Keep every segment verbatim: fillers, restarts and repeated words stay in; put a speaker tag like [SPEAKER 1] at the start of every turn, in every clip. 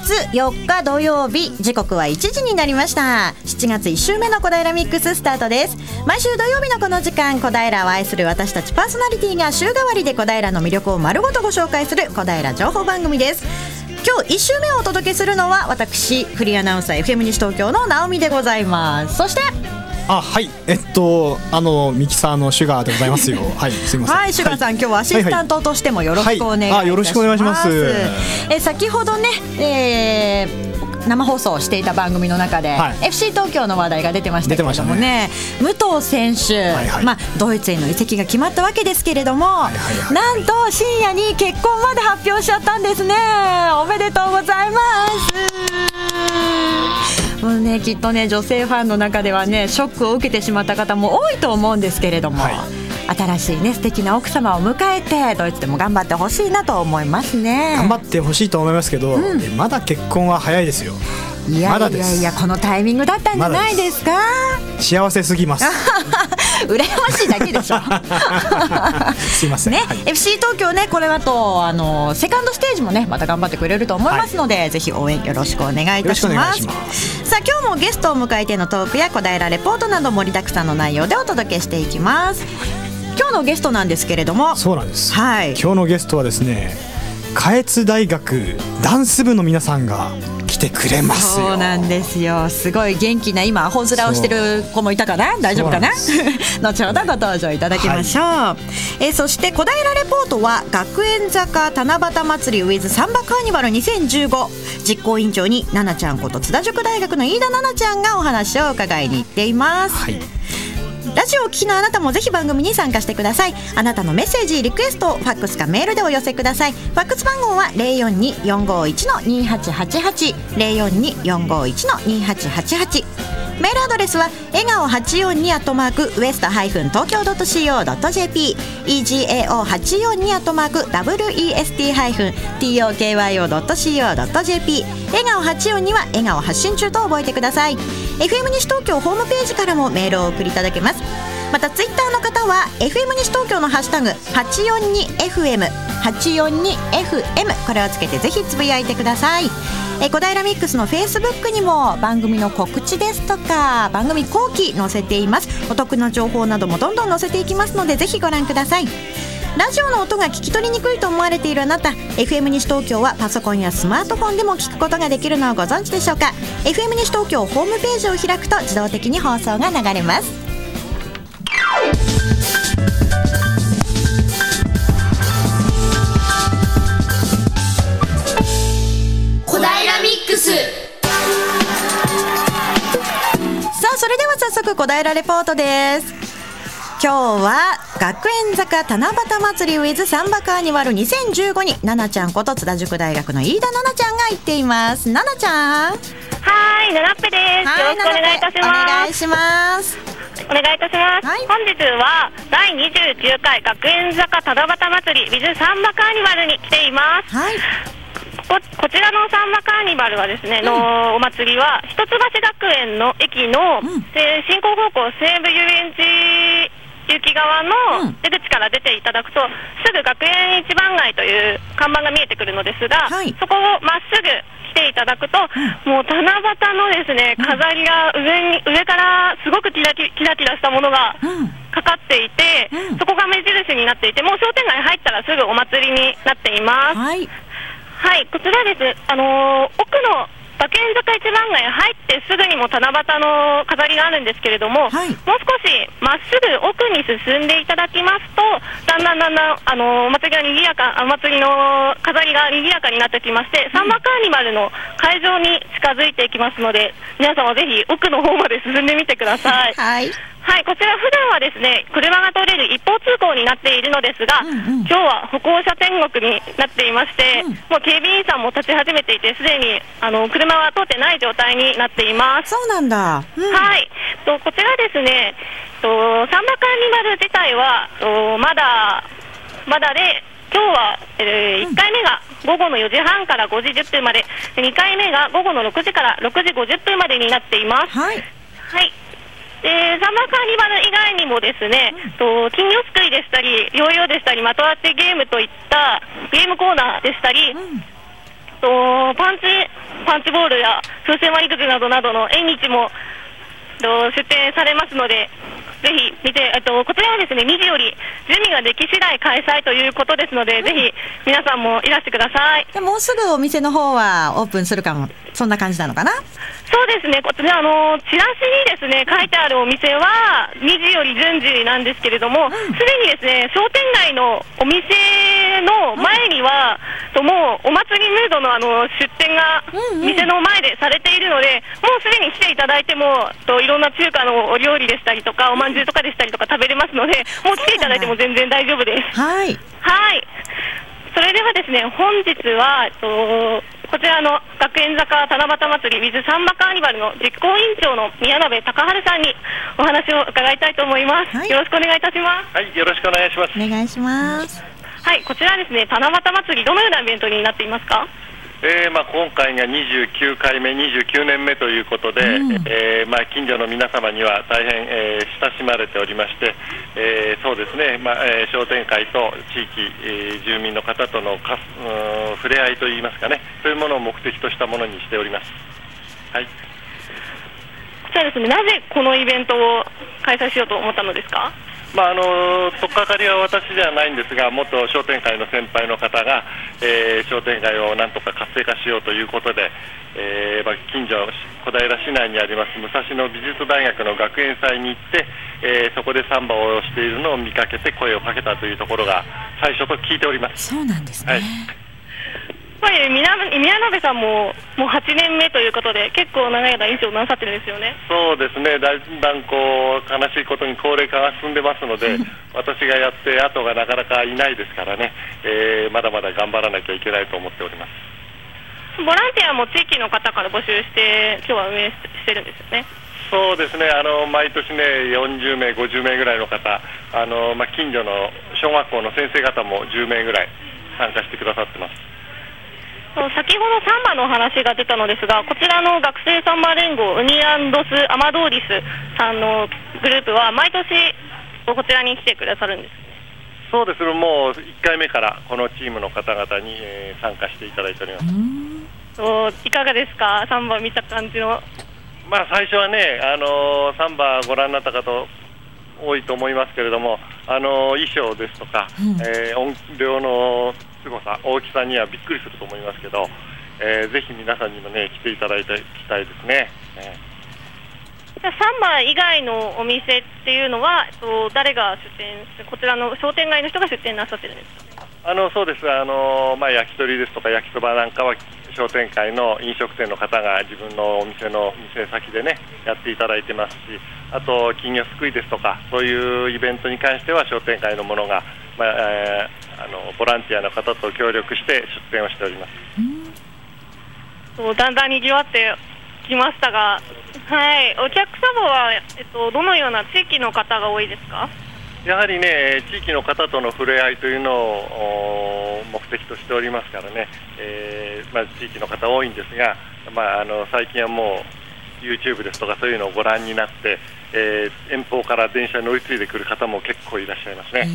[SPEAKER 1] つよっか土曜日、時刻はいちじになりました。しちがついっ週目の小平ミックススタートです。毎週土曜日のこの時間、小平を愛する私たちパーソナリティが週替わりで小平の魅力を丸ごとご紹介する小平情報番組です。今日いっ週目をお届けするのは私フリーアナウンサー エフエム 西東京の直美でございます。そして
[SPEAKER 2] あはいえっとあのミキサーのシュガーでございますよ。はいすみません。
[SPEAKER 1] はいシュガーさん、はい、今日はアシスタントとしてもよろしくお願いいたします。
[SPEAKER 2] はいはい、あよろしくお願いします。
[SPEAKER 1] え先ほどね、えー、生放送していた番組の中で、はい、エフシー 東京の話題が出てましたけれども ね, ね武藤選手、はいはい、まあ、ドイツへの移籍が決まったわけですけれども、はいはいはい、なんと深夜に結婚まで発表しちゃったんですね。おめでとうございます。もうね、きっとね女性ファンの中ではねショックを受けてしまった方も多いと思うんですけれども、はい、新しいね素敵な奥様を迎えてドイツでも頑張ってほしいなと思いますね。
[SPEAKER 2] 頑張ってほしいと思いますけど、うん、まだ結婚は早いですよ。
[SPEAKER 1] いやいやいやいや、このタイミングだったんじゃないですか。
[SPEAKER 2] 幸せすぎます
[SPEAKER 1] 羨ましいだけでしょ
[SPEAKER 2] すいません、
[SPEAKER 1] ね、
[SPEAKER 2] はい、
[SPEAKER 1] エフシー 東京ね、これはとあのセカンドステージもねまた頑張ってくれると思いますので、はい、ぜひ応援よろしくお願いいたします。さあ今日もゲストを迎えてのトークや小平レポートなど盛りだくさんの内容でお届けしていきます。今日のゲストなんですけれども、
[SPEAKER 2] そうなんです、
[SPEAKER 1] はい、
[SPEAKER 2] 今日のゲストはですね、下越大学ダンス部の皆さんが来てくれますよ。
[SPEAKER 1] そうなんですよ。すごい元気な今アホ面をしてる子もいたかな。大丈夫かな後ほどご登場いただきましょう、はい、えー、そして小平レポートは学園坂七夕祭り with サンバカーニバルにせんじゅうご実行委員長に奈々ちゃんこと津田塾大学の飯田奈々ちゃんがお話を伺いに行っています、はい。ラジオを聴きのあなたもぜひ番組に参加してください。あなたのメッセージリクエストをファックスかメールでお寄せください。ファックス番号は ゼロよんに よんごいち にはちはちはち ゼロよんに よんごいち にはちはちはち。メールアドレスは笑顔はちよんにアットマークウエストハイフン東京ドットシーオードットジェーピー イージーエーオーはちよんにアットマークダブリューイーエスティーハイフンティーオーケーワイオードットシーオードットジェーピー 笑顔はちよんには笑顔発信中と覚えてください。 エフエム 西東京ホームページからもメールをお送りいただけます。またツイッターの方は エフエム 西東京のハッシュタグ はちよんにエフエム はちよんにエフエム これをつけてぜひつぶやいてください。え小平ミックスのフェイスブックにも番組の告知ですとか番組後期載せています。お得な情報などもどんどん載せていきますのでぜひご覧ください。ラジオの音が聞き取りにくいと思われているあなた、 エフエム 西東京はパソコンやスマートフォンでも聞くことができるのをご存知でしょうか。 エフエム 西東京ホームページを開くと自動的に放送が流れます。
[SPEAKER 3] 小平ミックス。
[SPEAKER 1] さあそれでは早速小平レポートです。今日は学園坂七夕祭り with サンバカーニバルにせんじゅうごに奈々ちゃんこと津田塾大学の飯田奈々ちゃんが行っています。奈々ちゃん。
[SPEAKER 4] はい、ななっぺです。よろしくお願いいたします。
[SPEAKER 1] お願いします。
[SPEAKER 4] お願いいたします、はい、本日はだいにじゅうきゅうかい学園坂七夕祭り with サンバカーニバルに来ています、はい。こ, こちらのサンバカーニバルはですね、うん、のお祭りは一橋学園の駅の、うん、進行方向西武遊園地行き側の出口から出ていただくと、うん、すぐ学園一番街という看板が見えてくるのですが、はい、そこをまっすぐ来ていただくと、うん、もう七夕のですね飾りが上に、うん、上からすごくキラキラキラしたものがかかっていて、うん、そこが目印になっていて、もう商店街入ったらすぐお祭りになっています。はい、はい、こちらです、あのー、奥の学園坂一番街入ってすぐにも七夕の飾りがあるんですけれども、はい、もう少しまっすぐ奥に進んでいただきますと、だんだんだんだん、あのー、お祭りがにぎやか、お祭りの飾りがにぎやかになってきまして、うん、サンバカーニバルの会場に近づいていきますので、皆様ぜひ奥の方まで進んでみてください。はい、はい、こちら普段はですね車が通れる一方通行になっているのですが、うんうん、今日は歩行者天国になっていまして、うん、もう警備員さんも立ち始めていて、すでにあの車は通ってない状態になっています。
[SPEAKER 1] そうなんだ、うん、
[SPEAKER 4] はい、とこちらですねとサンバカーニバル自体はとまだまだで、今日は、えー、いっかいめが午後のよじはんからごじじゅっぷんまで、にかいめが午後のろくじからろくじごじゅっぷんまでになっています。はい、はい、でサンバカーニバル以外にもですね、うん、と金魚すくいでしたりヨーヨーでしたり的当てゲームといったゲームコーナーでしたり、うん、 とパンチパンチボールや風船割りくじなどなどの縁日もと出展されますので、ぜひ見て、えっと、こちらはですねにじより準備ができ次第開催ということですので、うん、ぜひ皆さんもいらしてください。
[SPEAKER 1] でもうすぐお店の方はオープンするかも、そんな感じなのかな。
[SPEAKER 4] そうですね、こちらあのチラシにですね書いてあるお店はにじより順次なんですけれども、すで、うん、にですね商店街のお店の前には、うん、もうお祭りムードのあの出店が店の前でされているので、うんうん、もうすでに来ていただいてもといろんな中華のお料理でしたりとかおまんじゅうとかでしたりとか食べれますので、もう来ていただいても全然大丈夫です。
[SPEAKER 1] はい、
[SPEAKER 4] はい、それではですね本日はとこちらの学園坂七夕祭り with サンバカーニバルの実行委員長の宮鍋隆治さんにお話を伺いたいと思います、はい、よろしくお願いいたします。
[SPEAKER 5] はい、よろしくお願いします。
[SPEAKER 1] お願いします。
[SPEAKER 4] はい、こちらですね七夕祭りどのようなイベントになっていますか。
[SPEAKER 5] えーまあ、今回がにじゅうきゅうかいめにじゅうきゅうねんめということで、うんえーまあ、近所の皆様には大変、えー、親しまれておりまして、えー、そうですね、まあえー、商店会と地域、えー、住民の方とのかうん触れ合いといいますかね、そういうものを目的としたものにしております。はい、
[SPEAKER 4] こちらですね、なぜこのイベントを開催しようと思ったのですか。
[SPEAKER 5] まあ、あの取っかかりは私ではないんですが、元商店会の先輩の方が、えー、商店街をなんとか活性化しようということで、えーまあ、近所小平市内にあります武蔵野美術大学の学園祭に行って、えー、そこでサンバをしているのを見かけて声をかけたというところが最初と聞いております。
[SPEAKER 1] そうなんですね。
[SPEAKER 5] はい、
[SPEAKER 4] 宮鍋さんももうはちねんめということで結構長い間印象をなさってるんですよね。
[SPEAKER 5] そうですね、だんだんこう悲しいことに高齢化が進んでますので私がやって後がなかなかいないですからね、えー、まだまだ頑張らなきゃいけないと思っております。
[SPEAKER 4] ボランティアも地域の方から募集して今日は運営してるんですよね。
[SPEAKER 5] そうですね、あの毎年ねよんじゅうめいごじゅうめいぐらいの方、あの、まあ、近所の小学校の先生方もじゅうめいぐらい参加してくださってます。
[SPEAKER 4] 先ほどサンバの話が出たのですが、こちらの学生サンバ連合ウニアンドスアマドーリスさんのグループは毎年こちらに来てくださるんです。
[SPEAKER 5] そうです、もういっかいめからこのチームの方々に、えー、参加していただいております。
[SPEAKER 4] そういかがですか、サンバ見た感じの。
[SPEAKER 5] まあ、最初はね、あのー、サンバご覧になった方多いと思いますけれども、あのー、衣装ですとか、うんえー、音量の凄さ大きさにはびっくりすると思いますけど、えー、ぜひ皆さんにもね来ていただいていきたいですね。ね
[SPEAKER 4] サンバ以外のお店っていうのはと誰が出店して、こちらの商店街の人が出店なさってるんですか。
[SPEAKER 5] あのそうです、あの、まあ、焼き鳥ですとか焼きそばなんかは商店会の飲食店の方が自分のお店の店先でねやっていただいてますし、あと金魚すくいですとかそういうイベントに関しては商店会のものが、まあえー、あのボランティアの方と協力して出店をしております。
[SPEAKER 4] そうだんだんにぎわってきましたが、はい、お客様は、えっと、どのような地域の方が多いですか。
[SPEAKER 5] やはりね地域の方との触れ合いというのを目的としておりますからね、えーまあ、地域の方多いんですが、まあ、あの最近はもう YouTube ですとかそういうのをご覧になって、えー、遠方から電車に乗り継いでくる方も結構いらっしゃいますね。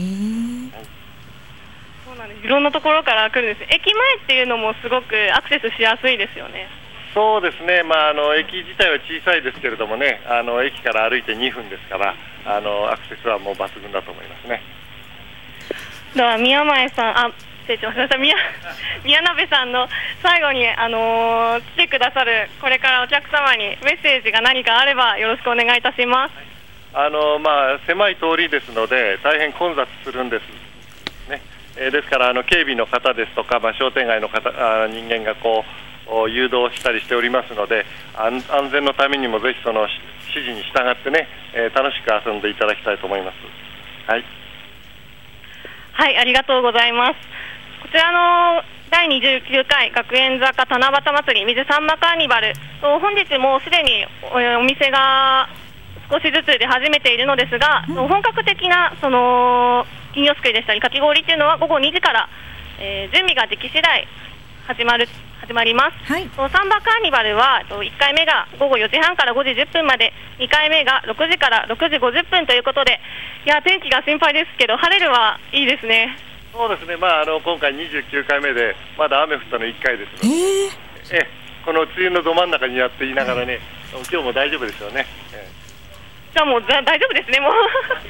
[SPEAKER 4] そうなんです、いろんなところから来るんです。駅前っていうのもすごくアクセスしやすいですよね。
[SPEAKER 5] そうですね、まあ、あの駅自体は小さいですけれどもね、あの駅から歩いてにふんですから、あのアクセスはもう抜群だと思いますね。
[SPEAKER 4] では宮前さん、あ、失礼しました、宮宮鍋さんの最後に、あのー、来てくださるこれからお客様にメッセージが何かあればよろしくお願いいたします。
[SPEAKER 5] あの、まあ、狭い通りですので大変混雑するんです、ねえー、ですからあの警備の方ですとか、まあ、商店街の方あ人間がこう誘導したりしておりますので、安, 安全のためにもぜひその指示に従ってね、えー、楽しく遊んでいただきたいと思います。はい、
[SPEAKER 4] はい、ありがとうございます。こちらのだいにじゅうきゅうかい学園坂七夕祭り水さんまカーニバル、本日もすでにお店が少しずつ出始めているのですが、うん、本格的なその金魚すくいでしたりかき氷というのはごごにじから、えー、準備ができ次第始まる始まります、はい、サンバカーニバルはいっかいめがごごよじはんからごじじゅっぷんまで、にかいめがろくじからろくじごじゅっぷんということで、いや天気が心配ですけど晴れるはいいですね。
[SPEAKER 5] そうですね、まあ、あの今回にじゅうきゅうかいめでまだ雨降ったのいっかいですので、
[SPEAKER 1] えー、
[SPEAKER 5] えこの梅雨のど真ん中にやっていながらね、今日も大丈夫ですよね。え
[SPEAKER 4] じゃあもう大丈夫ですね、もう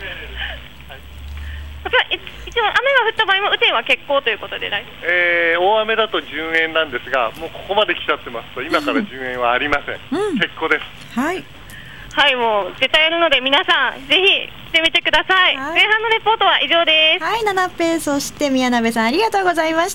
[SPEAKER 4] こちら一応雨が降った場合も雨天は欠航ということで大丈夫、
[SPEAKER 5] えー、大雨だと順延なんですが、もうここまで来ちゃってますと今から順延はありません、うん、欠航です。
[SPEAKER 1] はい
[SPEAKER 4] はい、もう絶対やるので皆さんぜひ来てみてください、はい、前半のレポートは以上です。
[SPEAKER 1] はい、ななペイ、そして宮鍋さんありがとうございました。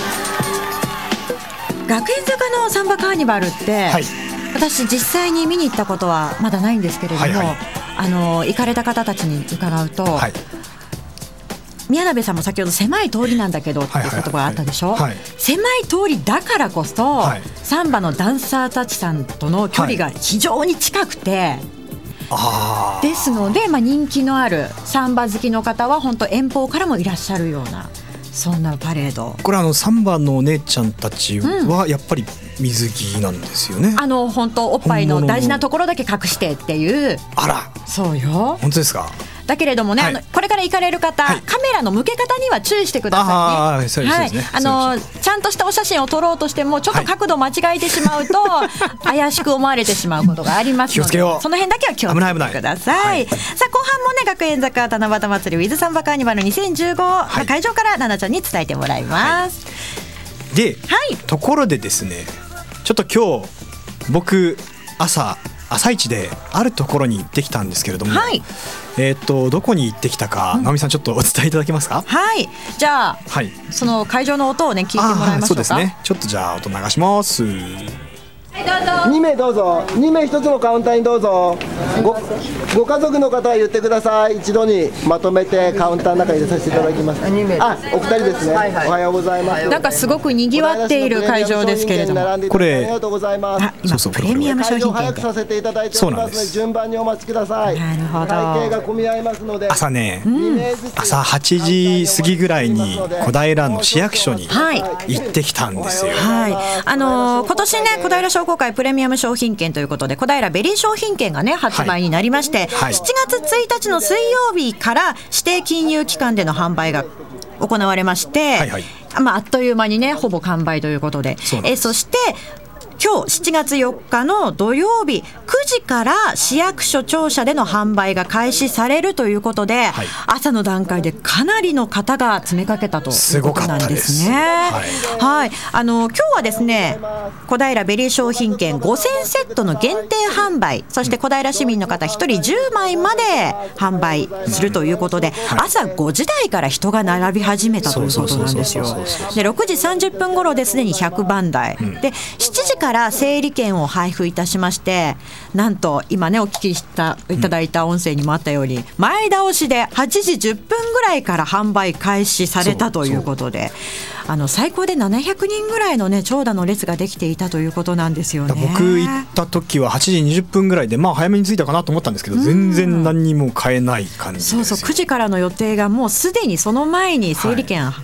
[SPEAKER 1] 学園坂のサンバカーニバルって、はい、私実際に見に行ったことはまだないんですけれども、はいはい、あの行かれた方たちに伺うと、はい、宮鍋さんも先ほど狭い通りなんだけどっていうことがあったでしょ、はいはいはい、狭い通りだからこそ、はい、サンバのダンサーたちさんとの距離が非常に近くて、はい、ですので、まあ、人気のあるサンバ好きの方は本当遠方からもいらっしゃるようなそんなパレード。
[SPEAKER 2] これあのサンバのお姉ちゃんたちはやっぱり水着なんですよね、うん、
[SPEAKER 1] あの本当おっぱいの大事なところだけ隠してっていう。
[SPEAKER 2] あら
[SPEAKER 1] そうよ。
[SPEAKER 2] 本当ですか。
[SPEAKER 1] だけれどもね、はい、あのこれから行かれる方、はい、カメラの向け方には注意してくださいね。ちゃんとしたお写真を撮ろうとしてもちょっと角度間違えてしまうと、はい、怪しく思われてしまうことがありますので、その辺だけは気をつけてください。はい、さあ後半もね、学園坂七夕祭り with サンバカーニバルにせんじゅうご、はい、会場から奈々ちゃんに伝えてもらいます。
[SPEAKER 2] はい、で、はい、ところでですね、ちょっと今日僕朝朝一であるところに行ってきたんですけれども、はい、えー、とどこに行ってきたか、うん、直美さんちょっとお伝えいただけますか。
[SPEAKER 1] はい、じゃあ、はい、その会場の音をね聞いてもらいましょうか。
[SPEAKER 2] そうですね、ちょっとじゃあ音流します。
[SPEAKER 6] にめいどうぞ、にめいひとつのカウンターにどうぞ。 ご, ご家族の方は言ってください。一度にまとめてカウンターの中に入れさせていただきます。あ、お二人ですね、はいはい、おはようございます。
[SPEAKER 1] なんかすごくにぎわっている会場ですけれども、
[SPEAKER 2] これ
[SPEAKER 6] ありがとうございます。
[SPEAKER 1] あ、今プレミアム商品券で
[SPEAKER 6] させていただいておりますので、順番にお待ちください。
[SPEAKER 1] なるほど。
[SPEAKER 6] 会計が混み合いますので、
[SPEAKER 2] 朝ね、うん、朝はちじ過ぎぐらいに小平の市役所に行ってきたんですよ。
[SPEAKER 1] はい、あのー、今年ね小平商工会プレミアム商品券ということで小平ベリー商品券がね発売になりまして、はいはい、しちがつついたちの水曜日から指定金融機関での販売が行われまして、はいはい、まあ、あっという間にねほぼ完売ということで、えそして今日しちがつよっかの土曜日くじから市役所庁舎での販売が開始されるということで、はい、朝の段階でかなりの方が詰めかけたということなんですね。はい、はい、あの今日はですね小平ベリー商品券ごせんセットの限定販売、そして小平市民の方ひとりじゅうまいまで販売するということで、はい、朝ごじ台から人が並び始めたということなんですよ。でろくじさんじゅっぷん頃ですでにひゃくばん台、うん、でしちじから整理券を配布いたしまして、なんと今ねお聞きしたいただいた音声にもあったように、うん、前倒しではちじじゅっぷんぐらいから販売開始されたということで、あの最高でななひゃくにんぐらいのね長蛇の列ができていたということなんですよね。
[SPEAKER 2] 僕行った時ははちじにじゅっぷんぐらいで、まあ早めに着いたかなと思ったんですけど、うん、全然何にも買えない感じですよ。
[SPEAKER 1] そうそう、くじからの予定がもうすでにその前に整理券、はい、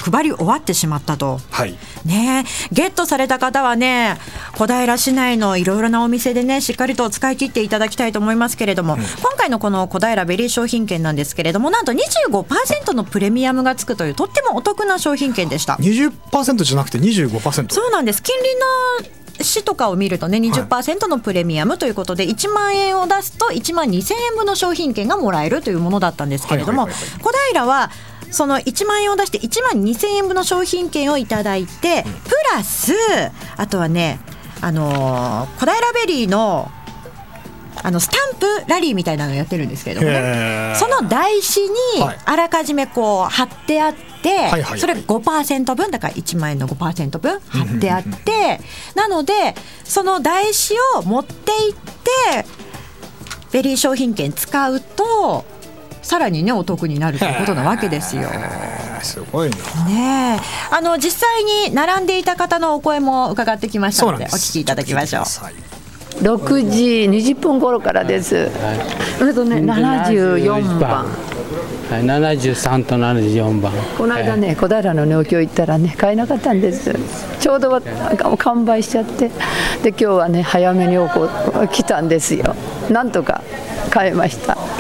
[SPEAKER 1] 配り終わってしまったと、はい、ね、ゲットされた方はね小平市内のいろいろなお店でねしっかりと使い切っていただきたいと思いますけれども、うん、今回のこの小平ベリー商品券なんですけれども、なんと にじゅうごパーセント のプレミアムがつくというとってもお得な商品券でした。
[SPEAKER 2] にじゅっパーセント じゃなくて にじゅうごパーセント。
[SPEAKER 1] そうなんです。近隣の市とかを見るとね にじゅっパーセント のプレミアムということで、いちまんえんを出すといちまんにせんえんぶんの商品券がもらえるというものだったんですけれども、小平はそのいちまんえんを出していちまんにせんえんぶんの商品券をいただいて、プラスあとはね、あのー、小平ベリーのあのスタンプラリーみたいなのをやってるんですけれどもね、その台紙にあらかじめこう貼ってあって、はい、それ ごパーセント 分だからいちまんえんの ごパーセント 分貼ってあってなのでその台紙を持っていってベリー商品券使うとさらにねお得になるということなわけですよ。
[SPEAKER 2] すごいな、
[SPEAKER 1] ね、あの実際に並んでいた方のお声も伺ってきましたのでお聞きいただきましょう。
[SPEAKER 7] ろくじにじゅっぷん頃からです。それとねななじゅうよんばん、
[SPEAKER 8] はい、ななじゅうさんとななじゅうよんばん、
[SPEAKER 7] この間ね、はい、小平の農協行ったらね買えなかったんです。ちょうど完売しちゃって、で今日はね早めに来たんですよ。なんとか買えました。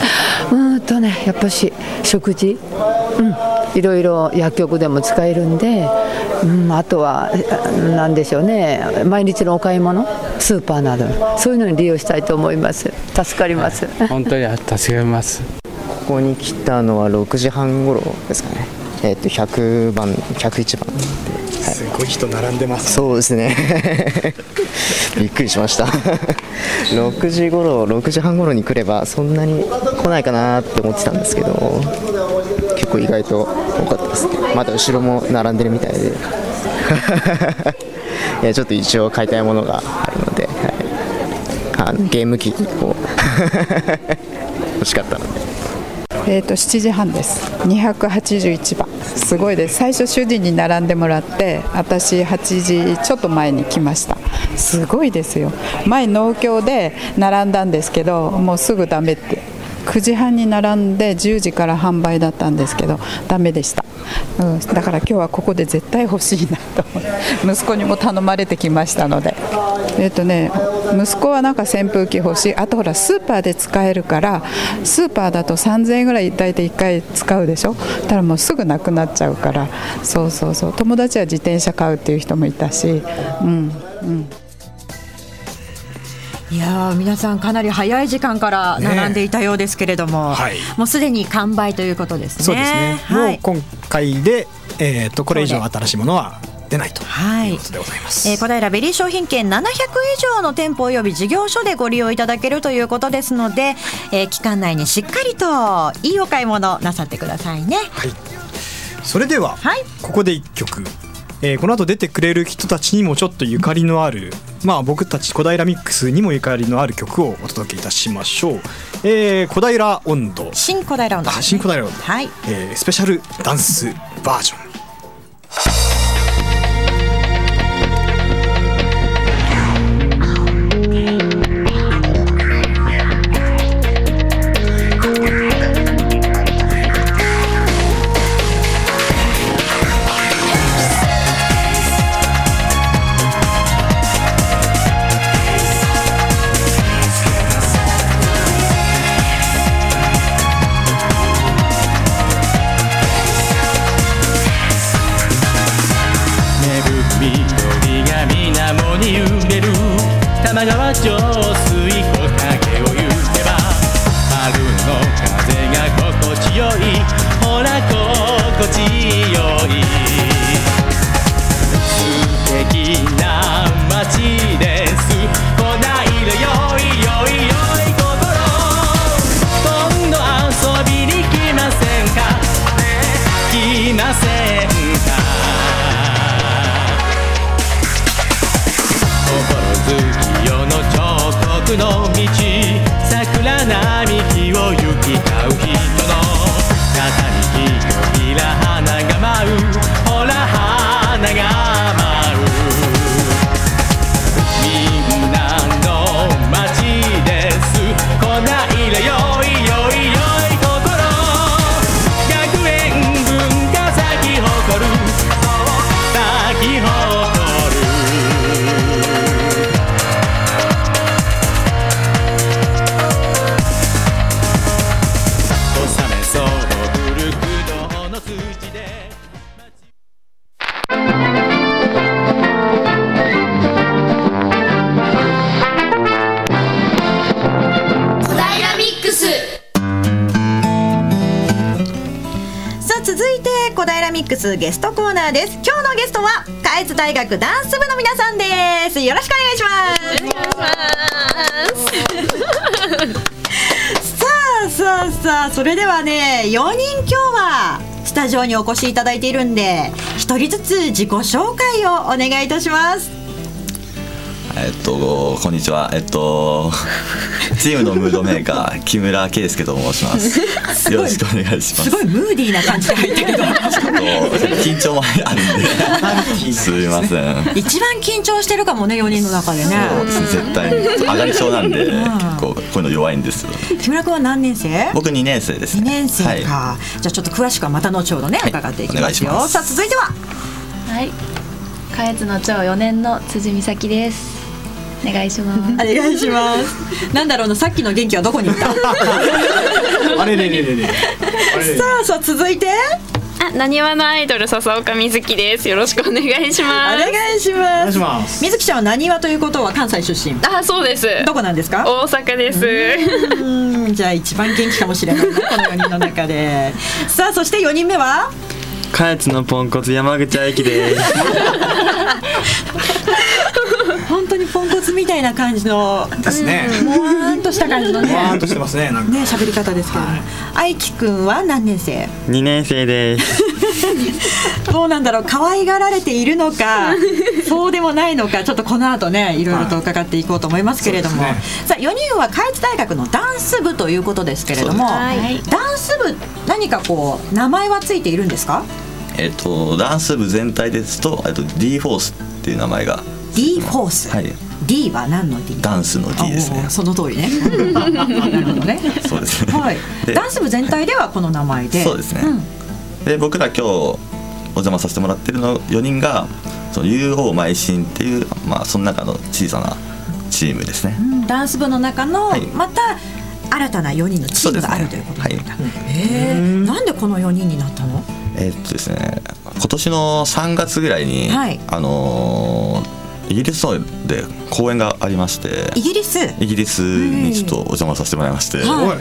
[SPEAKER 7] うんとねやっぱし食事、うん、いろいろ薬局でも使えるんで、うん、あとは何でしょうね、毎日のお買い物、スーパーなどそういうのに利用したいと思います。助かります。
[SPEAKER 8] 本当に助かります。
[SPEAKER 9] ここに来たのはろくじはん頃ですかね。えっとひゃくばん、ひゃくいちばん、はい、
[SPEAKER 2] すごい人並んでます、ね、
[SPEAKER 9] そうですねびっくりしましたろくじ頃、ろくじはん頃に来ればそんなに来ないかなって思ってたんですけど、結構意外と多かったですね。まだ後ろも並んでるみたいでいやちょっと一応買いたいものがあるので、はい、あのゲーム機を欲しかったので。
[SPEAKER 10] えー、としちじはんです。にひゃくはちじゅういちばん、すごいです。最初主人に並んでもらって、私はちじちょっと前に来ました。すごいですよ。前農協で並んだんですけど、もうすぐダメって、くじはんに並んでじゅうじから販売だったんですけどダメでした、うん、だから今日はここで絶対欲しいなと息子にも頼まれてきましたので、えーとね、息子はなんか扇風機欲しい、あとほらスーパーで使えるから、スーパーだとさんぜんえんぐらい大体いっかい使うでしょ。ただもうすぐなくなっちゃうから、そうそうそう、友達は自転車買うっていう人もいたし、うんうん。
[SPEAKER 1] いや皆さんかなり早い時間から並んでいたようですけれども、ね、はい、もうすでに完売ということですね。
[SPEAKER 2] そうですね、はい、もう今回で、えー、とこれ以上新しいものは出ないということでございます、
[SPEAKER 1] はい、えー、小平ベリー商品券ななひゃく以上の店舗および事業所でご利用いただけるということですので、えー、期間内にしっかりといいお買い物なさってくださいね。
[SPEAKER 2] はい、それでは、はい、ここでいっきょく、えー、この後出てくれる人たちにもちょっとゆかりのある、まあ、僕たち小平ミックスにもゆかりのある曲をお届けいたしましょう。えー、小平音頭、
[SPEAKER 1] 新小平音頭、
[SPEAKER 2] あ、新小平音頭、はい、えー、スペシャルダンスバージョン。
[SPEAKER 11] 玉川上水木陰を行けば春の風が心地よい、ほら心地よい、素敵な街です。こないだよいよいよい心、今度遊びに来ませんか、来ませんか。心月夜の彫刻の道、桜並木を行き交う人の肩にひらひら花が舞う、ほら花が舞う、みんなの街です。こないだよいよいよい心、学園文化咲き誇る、咲き誇る。
[SPEAKER 1] ミックスゲストコーナーです。今日のゲストは下越大学ダンス部の皆さんです。よろしくお願いします。さあさあさあ、それではね、よにん今日はスタジオにお越しいただいているんで、一人ずつ自己紹介をお願いいたします。
[SPEAKER 12] えっとこんにちは。えっとチームのムードメーカー木村圭介と申します。よろしくお願いします。
[SPEAKER 1] すごいムーディーな感じで入ったけど、ちょっと
[SPEAKER 12] 緊張もあるんですいません。
[SPEAKER 1] 一番緊張してるかもね、よにんの中でね。
[SPEAKER 12] そうですね、絶対に上がり症なんで、結構こういうの弱いんです。
[SPEAKER 1] 木村君は何年生？
[SPEAKER 12] 僕にねん生ですね。
[SPEAKER 1] にねん生か、はい、じゃあちょっと詳しくはまた後ほどね、はい、伺っていきますよ。お願いします。さあ続いては、
[SPEAKER 13] はい、下越の町よねんの辻美咲です。 お願いします。
[SPEAKER 1] お願いします。なんだろうな、さっきの元気はどこに行った
[SPEAKER 2] あれれれれれ。
[SPEAKER 1] さあさあ続いて、
[SPEAKER 14] あ、なにわのアイドル笹岡瑞希です。よろしくお願いします。
[SPEAKER 1] お願いします。お願いします。瑞希ちゃんはなにわということは関西出身？
[SPEAKER 14] あ、そうです。
[SPEAKER 1] どこなんですか？
[SPEAKER 14] 大阪です。
[SPEAKER 1] うん、じゃあ一番元気かもしれないな、このよにんの中で。さあそしてよにんめは
[SPEAKER 15] 下越のポンコツ山口愛希です。
[SPEAKER 1] 本当にポンコツみたいな感じの
[SPEAKER 2] ですね。
[SPEAKER 1] もわーんとした感じのね。
[SPEAKER 2] もわーんとしてますね。なんか
[SPEAKER 1] ね、喋り方ですけども、愛希くんは何年生？
[SPEAKER 15] にねん生です。
[SPEAKER 1] どうなんだろう、可愛がられているのかそうでもないのか、ちょっとこの後ねいろいろと伺っていこうと思いますけれども、はい、さあよにんは下越大学のダンス部ということですけれども、はい、ダンス部何かこう名前はついているんですか？
[SPEAKER 12] えっとダンス部全体ですと、えっと D フォースっていう名前が。
[SPEAKER 1] D フォース、はい、D は何の D？
[SPEAKER 12] ダンスの D ですね。
[SPEAKER 1] その通りね。なるほどね。
[SPEAKER 12] そうですね。
[SPEAKER 1] はい。ダンス部全体ではこの名前で。
[SPEAKER 12] そうですね。うん、で僕ら今日お邪魔させてもらってるのよにんがその ユーオー 邁進っていう、まあその中の小さなチームですね。
[SPEAKER 1] うん、ダンス部の中の、はい、また新たなよにんのチームがあるということですか。はい、えー、なんでこのよにんになったの？
[SPEAKER 12] えー、っとですね、今年のさんがつぐらいに、はい、あのーイギリスで公演がありまして、
[SPEAKER 1] イギリス
[SPEAKER 12] イギリスにちょっとお邪魔させてもらいまして、はい、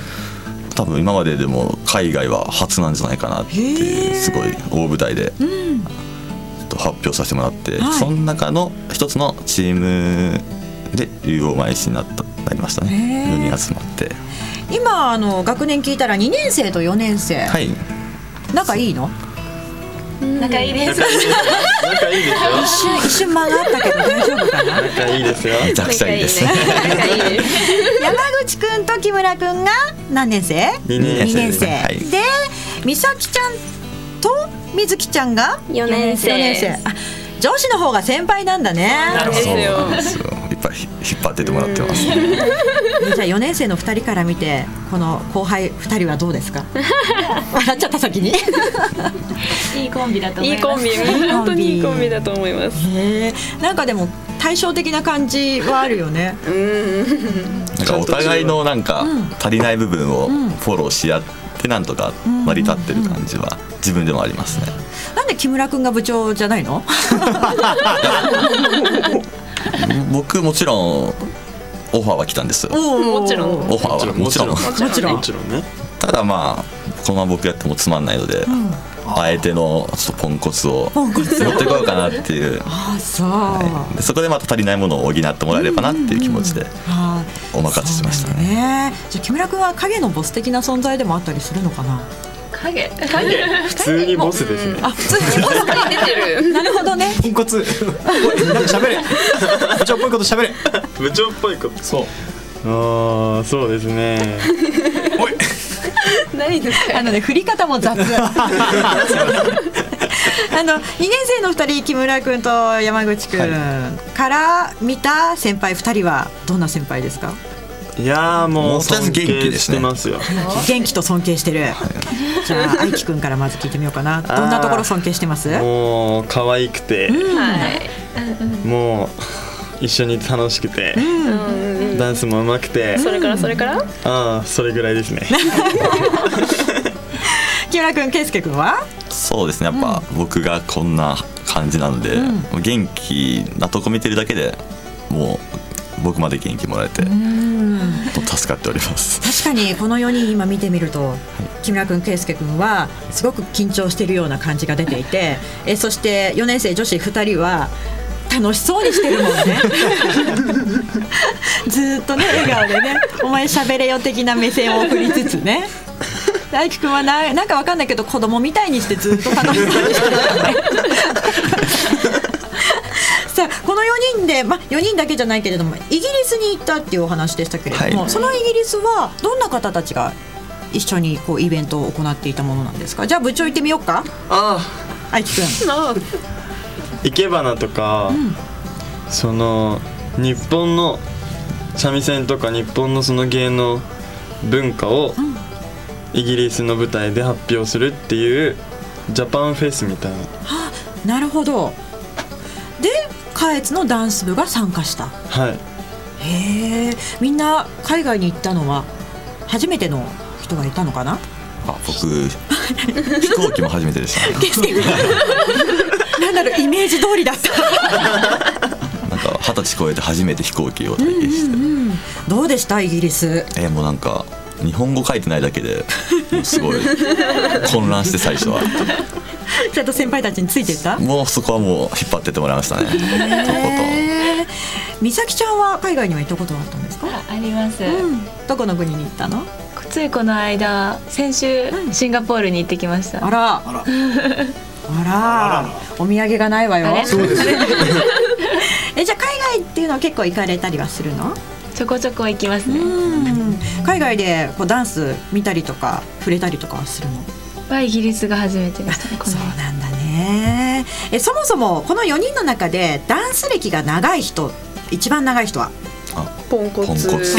[SPEAKER 12] 多分今まででも海外は初なんじゃないかなっていうすごい大舞台で、うん、発表させてもらって、はい、その中の一つのチームで ユーオー 邁進になったなりましたね。よにん集まって、
[SPEAKER 1] 今あの学年聞いたらにねん生とよねん生、はい、仲いいの？
[SPEAKER 14] 仲いいです。
[SPEAKER 15] 仲いいですよ。
[SPEAKER 1] 一瞬一瞬間があったけど大丈夫かな？
[SPEAKER 15] 仲いいですよ。
[SPEAKER 12] めちゃくちゃいいです。
[SPEAKER 1] 山口くんと木村くんが何年生？
[SPEAKER 12] にねん生。
[SPEAKER 1] にねん生。はい、で、美咲ちゃんと瑞希ちゃんが
[SPEAKER 14] よねん生。
[SPEAKER 1] よねん生。あ、女子の方が先輩なんだね。
[SPEAKER 12] なるほど。そうなんですよ。いっぱい引っ張っててもらってます。じ
[SPEAKER 1] ゃあよねん生のふたりから見てこの後輩ふたりはどうですか？笑っちゃった先に。
[SPEAKER 14] いいコンビだと思います。いいコンビ、本当にいいコンビだと思います。
[SPEAKER 1] へえ、なんかでも対照的な感じはあるよね。うん。
[SPEAKER 12] なんかお互いのなんか足りない部分をフォローし合ってなんとか成り立ってる感じは自分でもありますね。
[SPEAKER 1] なんで木村くんが部長じゃないの？
[SPEAKER 12] 僕もちろんオファーは来たんですよ。
[SPEAKER 14] もちろん。
[SPEAKER 12] オファーはもちろん。
[SPEAKER 1] もちろん。もちろん
[SPEAKER 12] ね。ただまあこのまま僕やってもつまんないので、うん、あえてのちょっとポンコツを持ってこようかなっていう。
[SPEAKER 1] ああそう、
[SPEAKER 12] はい、でそこでまた足りないものを補ってもらえればなっていう気持ちでお任せしましたね。
[SPEAKER 1] ね、じゃあ木村君は影のボス的な存在でもあったりするのかな？
[SPEAKER 14] 影
[SPEAKER 15] 影普通にボスですね。
[SPEAKER 1] あ、普通にボスが出てる。なるほどね。
[SPEAKER 2] ポンコツ。なんか喋れ。部長っぽいこと喋れ。
[SPEAKER 15] 部長っぽいこと。
[SPEAKER 2] そう。
[SPEAKER 15] ああ、そうですね。
[SPEAKER 1] おい。何ですか？あのね、振り方も雑。あのにねん生のふたり、木村君と山口君から見た先輩ふたりはどんな先輩ですか？
[SPEAKER 15] いやーもう
[SPEAKER 12] 尊敬してますよ。
[SPEAKER 1] 元気と尊敬してる。じゃあ愛希くんからまず聞いてみようかな。どんなところ尊敬してます？
[SPEAKER 15] もう可愛くて、うん、はい、もう一緒に楽しくて、うん、ダンスも上手くて、
[SPEAKER 14] それからそれから？
[SPEAKER 15] ああ、それぐらいですね。
[SPEAKER 1] 木村くん、圭介くんは？
[SPEAKER 12] そうですね、やっぱ、うん、僕がこんな感じなので、うん、元気なとこ見てるだけでもう僕まで元気もらえて助かっております。
[SPEAKER 1] 確かにこのよにん今見てみると、はい、木村君、圭介君はすごく緊張しているような感じが出ていて、えそしてよねん生女子ふたりは楽しそうにしてるもんね。ずっとね笑顔でね、お前喋れよ的な目線を送りつつね。大輝くんはな、なんかわかんないけど子供みたいにしてずっと楽しそうにしてるからね。さあこのよにんで、ま、よにんだけじゃないけれどもイギリスに行ったっていうお話でしたけれども、はい、そのイギリスはどんな方たちが一緒にこうイベントを行っていたものなんですか？じゃあ部長行ってみようか。
[SPEAKER 15] あ
[SPEAKER 1] あ、愛輝くん。
[SPEAKER 15] 生け花とか、うん、その日本の三味線とか日本のその芸能文化をイギリスの舞台で発表するっていうジャパンフェスみたいな。は
[SPEAKER 1] あ、なるほど。で下越のダンス部が参加した。
[SPEAKER 15] はい。
[SPEAKER 1] へえ、みんな海外に行ったのは初めての人がいたのかな。
[SPEAKER 12] あ、僕飛行機も初めてでしたね。
[SPEAKER 1] なんだろう、イメージ通りだった
[SPEAKER 12] なんか二十歳超えて初めて飛行機を体験して、うんうんうん、
[SPEAKER 1] どうでしたイギリス。
[SPEAKER 12] えー、もうなんか日本語書いてないだけですごい混乱して最初は
[SPEAKER 1] ちゃんと先輩たちについていった。
[SPEAKER 12] もうそこはもう引っ張ってってもらいましたね。
[SPEAKER 1] へー、美咲ちゃんは海外には行ったことはあったんですか。
[SPEAKER 14] あります、うん、
[SPEAKER 1] どこの国に行ったの。
[SPEAKER 14] ついこの間先週、うん、シンガポールに行ってきました。
[SPEAKER 1] あらあらあら、お土産がないわよ。そうですえ、じゃあ海外っていうのは結構行かれたりはするの。
[SPEAKER 14] ちょこちょこ行きますね。
[SPEAKER 1] うん、海外でこうダンス見たりとか触れたりとかはするの。
[SPEAKER 14] はイギリスが初めてでしたね。
[SPEAKER 1] そうなんだね。え、そもそもこのよにんの中でダンス歴が長い人、一番長い人は。
[SPEAKER 14] ポンコツ。
[SPEAKER 1] ポンコツ。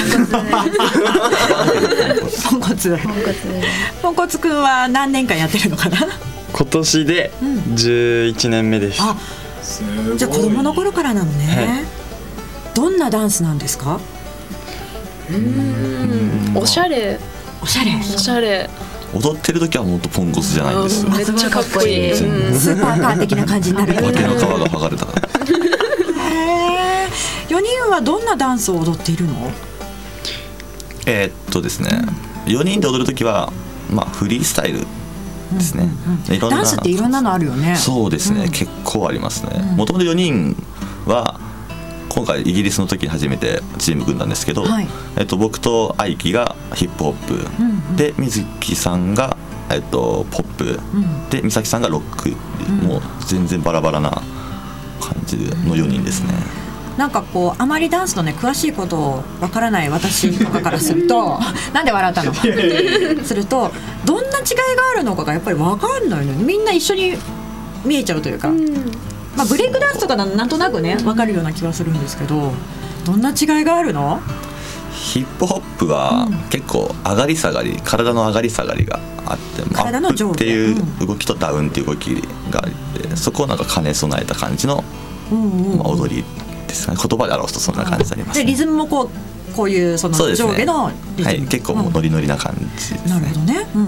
[SPEAKER 1] ポンコツ。ポンコツくんは何年間やってるのかな。
[SPEAKER 15] 今年でじゅういちねんめです。うん、あ、
[SPEAKER 1] じゃあ子供の頃からなのね。はい、どんなダンスなんですか。
[SPEAKER 14] うーん、おしゃれ。
[SPEAKER 1] おしゃれ。
[SPEAKER 14] おしゃれ。
[SPEAKER 12] 踊ってる時はもっとポンコツじゃないんですよ。
[SPEAKER 14] めっちゃかっこいい。
[SPEAKER 1] うん、スーパーカー的な感じになる。
[SPEAKER 12] 化けの皮が剥がれた。
[SPEAKER 1] へー、よにんはどんなダンスを踊っているの。
[SPEAKER 12] えー、っとですね、うん、よにんで踊る時は、まあ、フリースタイルですね。
[SPEAKER 1] うんうんうん、いろんなダンスっていろんなのあるよね。
[SPEAKER 12] そうですね、うん、結構ありますね。もともとよにんは今回イギリスの時に初めてチーム組んだんですけど、はい、えっと、僕と愛希がヒップホップ、うんうん、で水木さんが、えっと、ポップ、うん、で美咲さんがロック、うん、もう全然バラバラな感じのよにんですね。
[SPEAKER 1] うん、なんかこうあまりダンスのね詳しいことをわからない私とかからするとなんで笑ったのするとどんな違いがあるのかがやっぱりわかんないのにみんな一緒に見えちゃうというか、うん、まあ、ブレイクダンスとかなんとなくね分かるような気はするんですけど、どんな違いがあるの。
[SPEAKER 12] ヒップホップは結構上がり下がり、体の上がり下がりがあって、
[SPEAKER 1] 体の上下
[SPEAKER 12] アップっていう動きとダウンっていう動きがあって、そこをなんか兼ね備えた感じの、うんうんうん、まあ、踊りですね。言葉で表すとそんな感じになりますね。
[SPEAKER 1] でリズムもこうこういうその上下のリズム、
[SPEAKER 12] はい、結構もうノリノリな感じですね。
[SPEAKER 1] なるほどね。うんうん、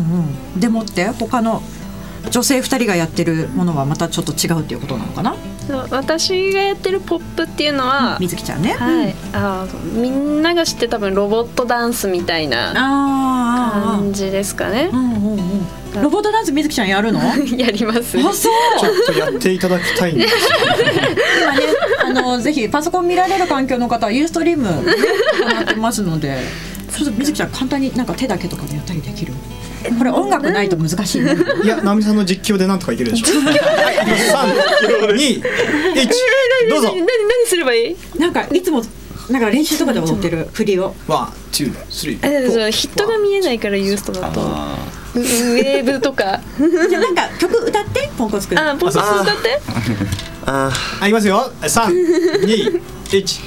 [SPEAKER 1] でもって他の女性ふたりがやってるものはまたちょっと違うっていうことなのかな。
[SPEAKER 14] 私がやってるポップっていうのは、
[SPEAKER 1] うん、水木ちゃんね、
[SPEAKER 14] はい、うん、あ、みんなが知って多分ロボットダンスみたいな感じですかね。
[SPEAKER 1] うんうんうん、ロボットダンス水木ちゃんやるの
[SPEAKER 14] やります。
[SPEAKER 1] あ、そう
[SPEAKER 2] ちょっとやっていただきたいんです
[SPEAKER 1] 今ね、あのぜひパソコン見られる環境の方はユーストリーム行ってますのでちょっと水木ちゃん簡単になんか手だけとかでやったりできる。これ音楽ないと難しいね。
[SPEAKER 2] いや、直美さんの実況でなんとかいけるでしょ。さん、に、いち、どうぞ。
[SPEAKER 14] 何何すればいい？
[SPEAKER 1] なんかいつもなんか練習とかで踊ってる振りを。
[SPEAKER 2] ワン、ツー、スリー。
[SPEAKER 14] え、ヒットが見えないからユーストだと。ウェーブとか。
[SPEAKER 1] じゃあなんか曲歌ってポンコツくん。
[SPEAKER 14] あ、ポンコツ歌って。
[SPEAKER 2] あ、あ、いきますよ。さん、に、いち。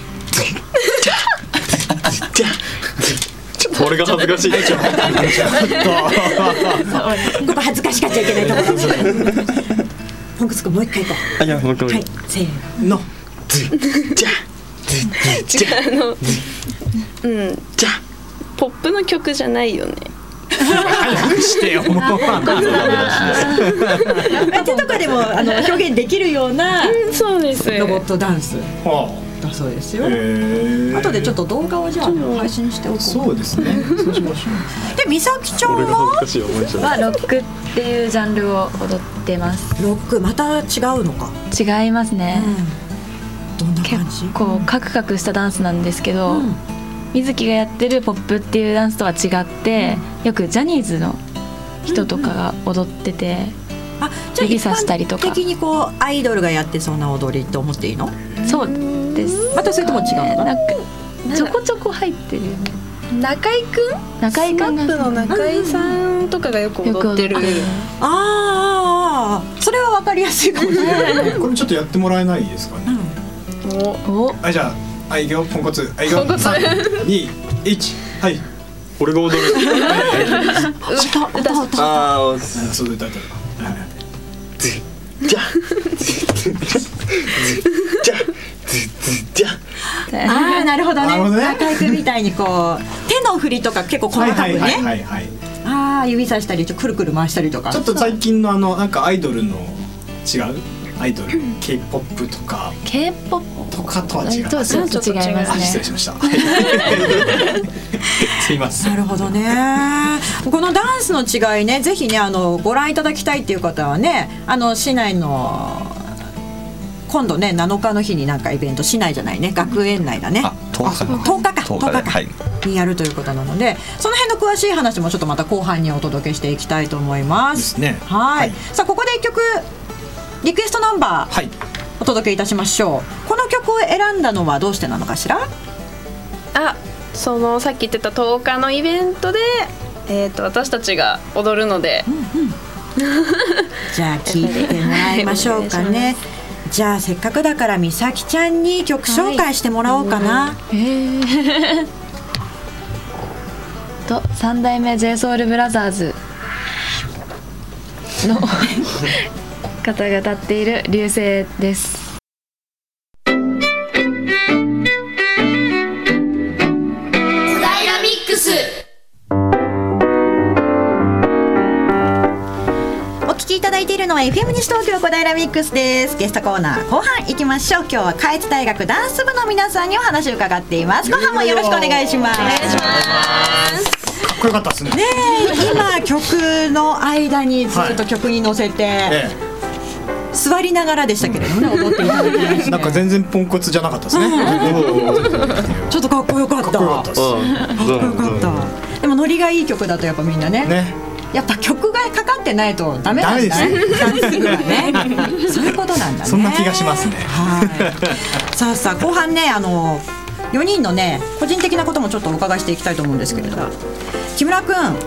[SPEAKER 15] 俺が恥ずかしいでしょ。
[SPEAKER 1] ここ恥ずかしかっちゃいけないところ。ポンコツくんもう一回行こう。
[SPEAKER 15] あ、いや、もう一回。
[SPEAKER 1] はい、せーの。
[SPEAKER 15] じゃ
[SPEAKER 14] 違う、あの、うん、
[SPEAKER 15] じゃ
[SPEAKER 14] ポップの曲じゃないよね。
[SPEAKER 2] 早くしてよ。もう。
[SPEAKER 1] 手とかでもあの表現できるような、
[SPEAKER 14] うん、そうです。
[SPEAKER 1] ロボットダンス。だそうですよ。後でちょっと動画をじゃあ配信しておこう。
[SPEAKER 2] そうですね。そうしましょ
[SPEAKER 1] う。で、美咲ちゃんは
[SPEAKER 14] はロックっていうジャンルを踊ってます。
[SPEAKER 1] ロックまた違うのか。
[SPEAKER 14] 違いますね。
[SPEAKER 1] うん、どんな感じ？
[SPEAKER 14] 結構カクカクしたダンスなんですけど、うん、水木がやってるポップっていうダンスとは違って、うん、よくジャニーズの人とかが踊ってて、
[SPEAKER 1] うん、あ、じゃあ
[SPEAKER 14] 指さしたりとか。
[SPEAKER 1] 一般的にこうアイドルがやってそうな踊りと思っていいの？
[SPEAKER 14] そうです。
[SPEAKER 1] またそれとも違うのかな。
[SPEAKER 14] ちょこちょこ入ってるよね。中井くん？中井くんがスマップの中井さんとかがよく踊ってる。
[SPEAKER 1] ああ、それはわかりやすいかもしれない。
[SPEAKER 2] これちょっとやってもらえないですかね。
[SPEAKER 14] おお。
[SPEAKER 2] はい、じゃあ、あいくよ、ポンコツ。あいくよ。さん、に、いち、はい。
[SPEAKER 15] 俺が踊る。
[SPEAKER 14] 歌歌歌。
[SPEAKER 15] ああ、
[SPEAKER 2] そうで歌った。
[SPEAKER 15] じゃ。じゃ。じゃ。
[SPEAKER 1] ああなるほどね。中居君みたいにこう手の振りとか結構細かくね。
[SPEAKER 2] はいはいはいはい。
[SPEAKER 1] ああ指さしたりくるくる回したりとか。
[SPEAKER 2] ちょっと最近のあのなんかアイドルの違うアイドル ケーポップ とか
[SPEAKER 14] ケーポップ
[SPEAKER 2] とかとは違う。
[SPEAKER 14] ちょっと違いますね。
[SPEAKER 2] 失礼しました。すいません。
[SPEAKER 1] なるほどね。このダンスの違いね、ぜひねあのご覧いただきたいっていう方はね、あの市内の今度ねなのかの日になんかイベント市内じゃないね学園内だね。
[SPEAKER 12] あとおか
[SPEAKER 1] とおかか
[SPEAKER 12] とおかで、はい、
[SPEAKER 1] にやるということなので、その辺の詳しい話もちょっとまた後半にお届けしていきたいと思います。
[SPEAKER 2] ですね。
[SPEAKER 1] はい、はい、さあここで一曲リクエストナンバー、
[SPEAKER 2] はい、
[SPEAKER 1] お届けいたしましょう。この曲を選んだのはどうしてなのかしら。
[SPEAKER 13] あ、そのさっき言ってたとおかのイベントで、えー、と私たちが踊るので、
[SPEAKER 1] うんうん、じゃあ聴いてもらいましょうかね。じゃあせっかくだからみさきちゃんに曲紹介してもらおうかな。
[SPEAKER 14] はい、えーと三代目 ジェイソウルブラザーズの方が歌っている流星です。
[SPEAKER 3] 小平ミックス。
[SPEAKER 1] お聞きいただいているのは エフエム 西東京小平ミックスです。ゲストコーナー後半行きましょう。今日は下越大学ダンス部の皆さんにお話を伺っています。後半もよろしくお願いします。お願いします。
[SPEAKER 2] かっこよかったですね。
[SPEAKER 1] ねえ今曲の間にずっと曲に乗せて、はい、ええ座りながらでしたけれどもね、踊っていただきました。
[SPEAKER 2] なんか全然ポンコツじゃなかったですね。
[SPEAKER 1] ちょっとかっこよかった。かっこよかったです。かっこよかった。でもノリがいい曲だとやっぱみんなね。ねやっぱ曲がかかってないとダメなんだね。ダンス部はね。そういうことなんだね。
[SPEAKER 2] そんな気がしますね。
[SPEAKER 1] はい。さあさあ後半ねあのよにんのね個人的なこともちょっとお伺いしていきたいと思うんですけれど。木村くん、はい、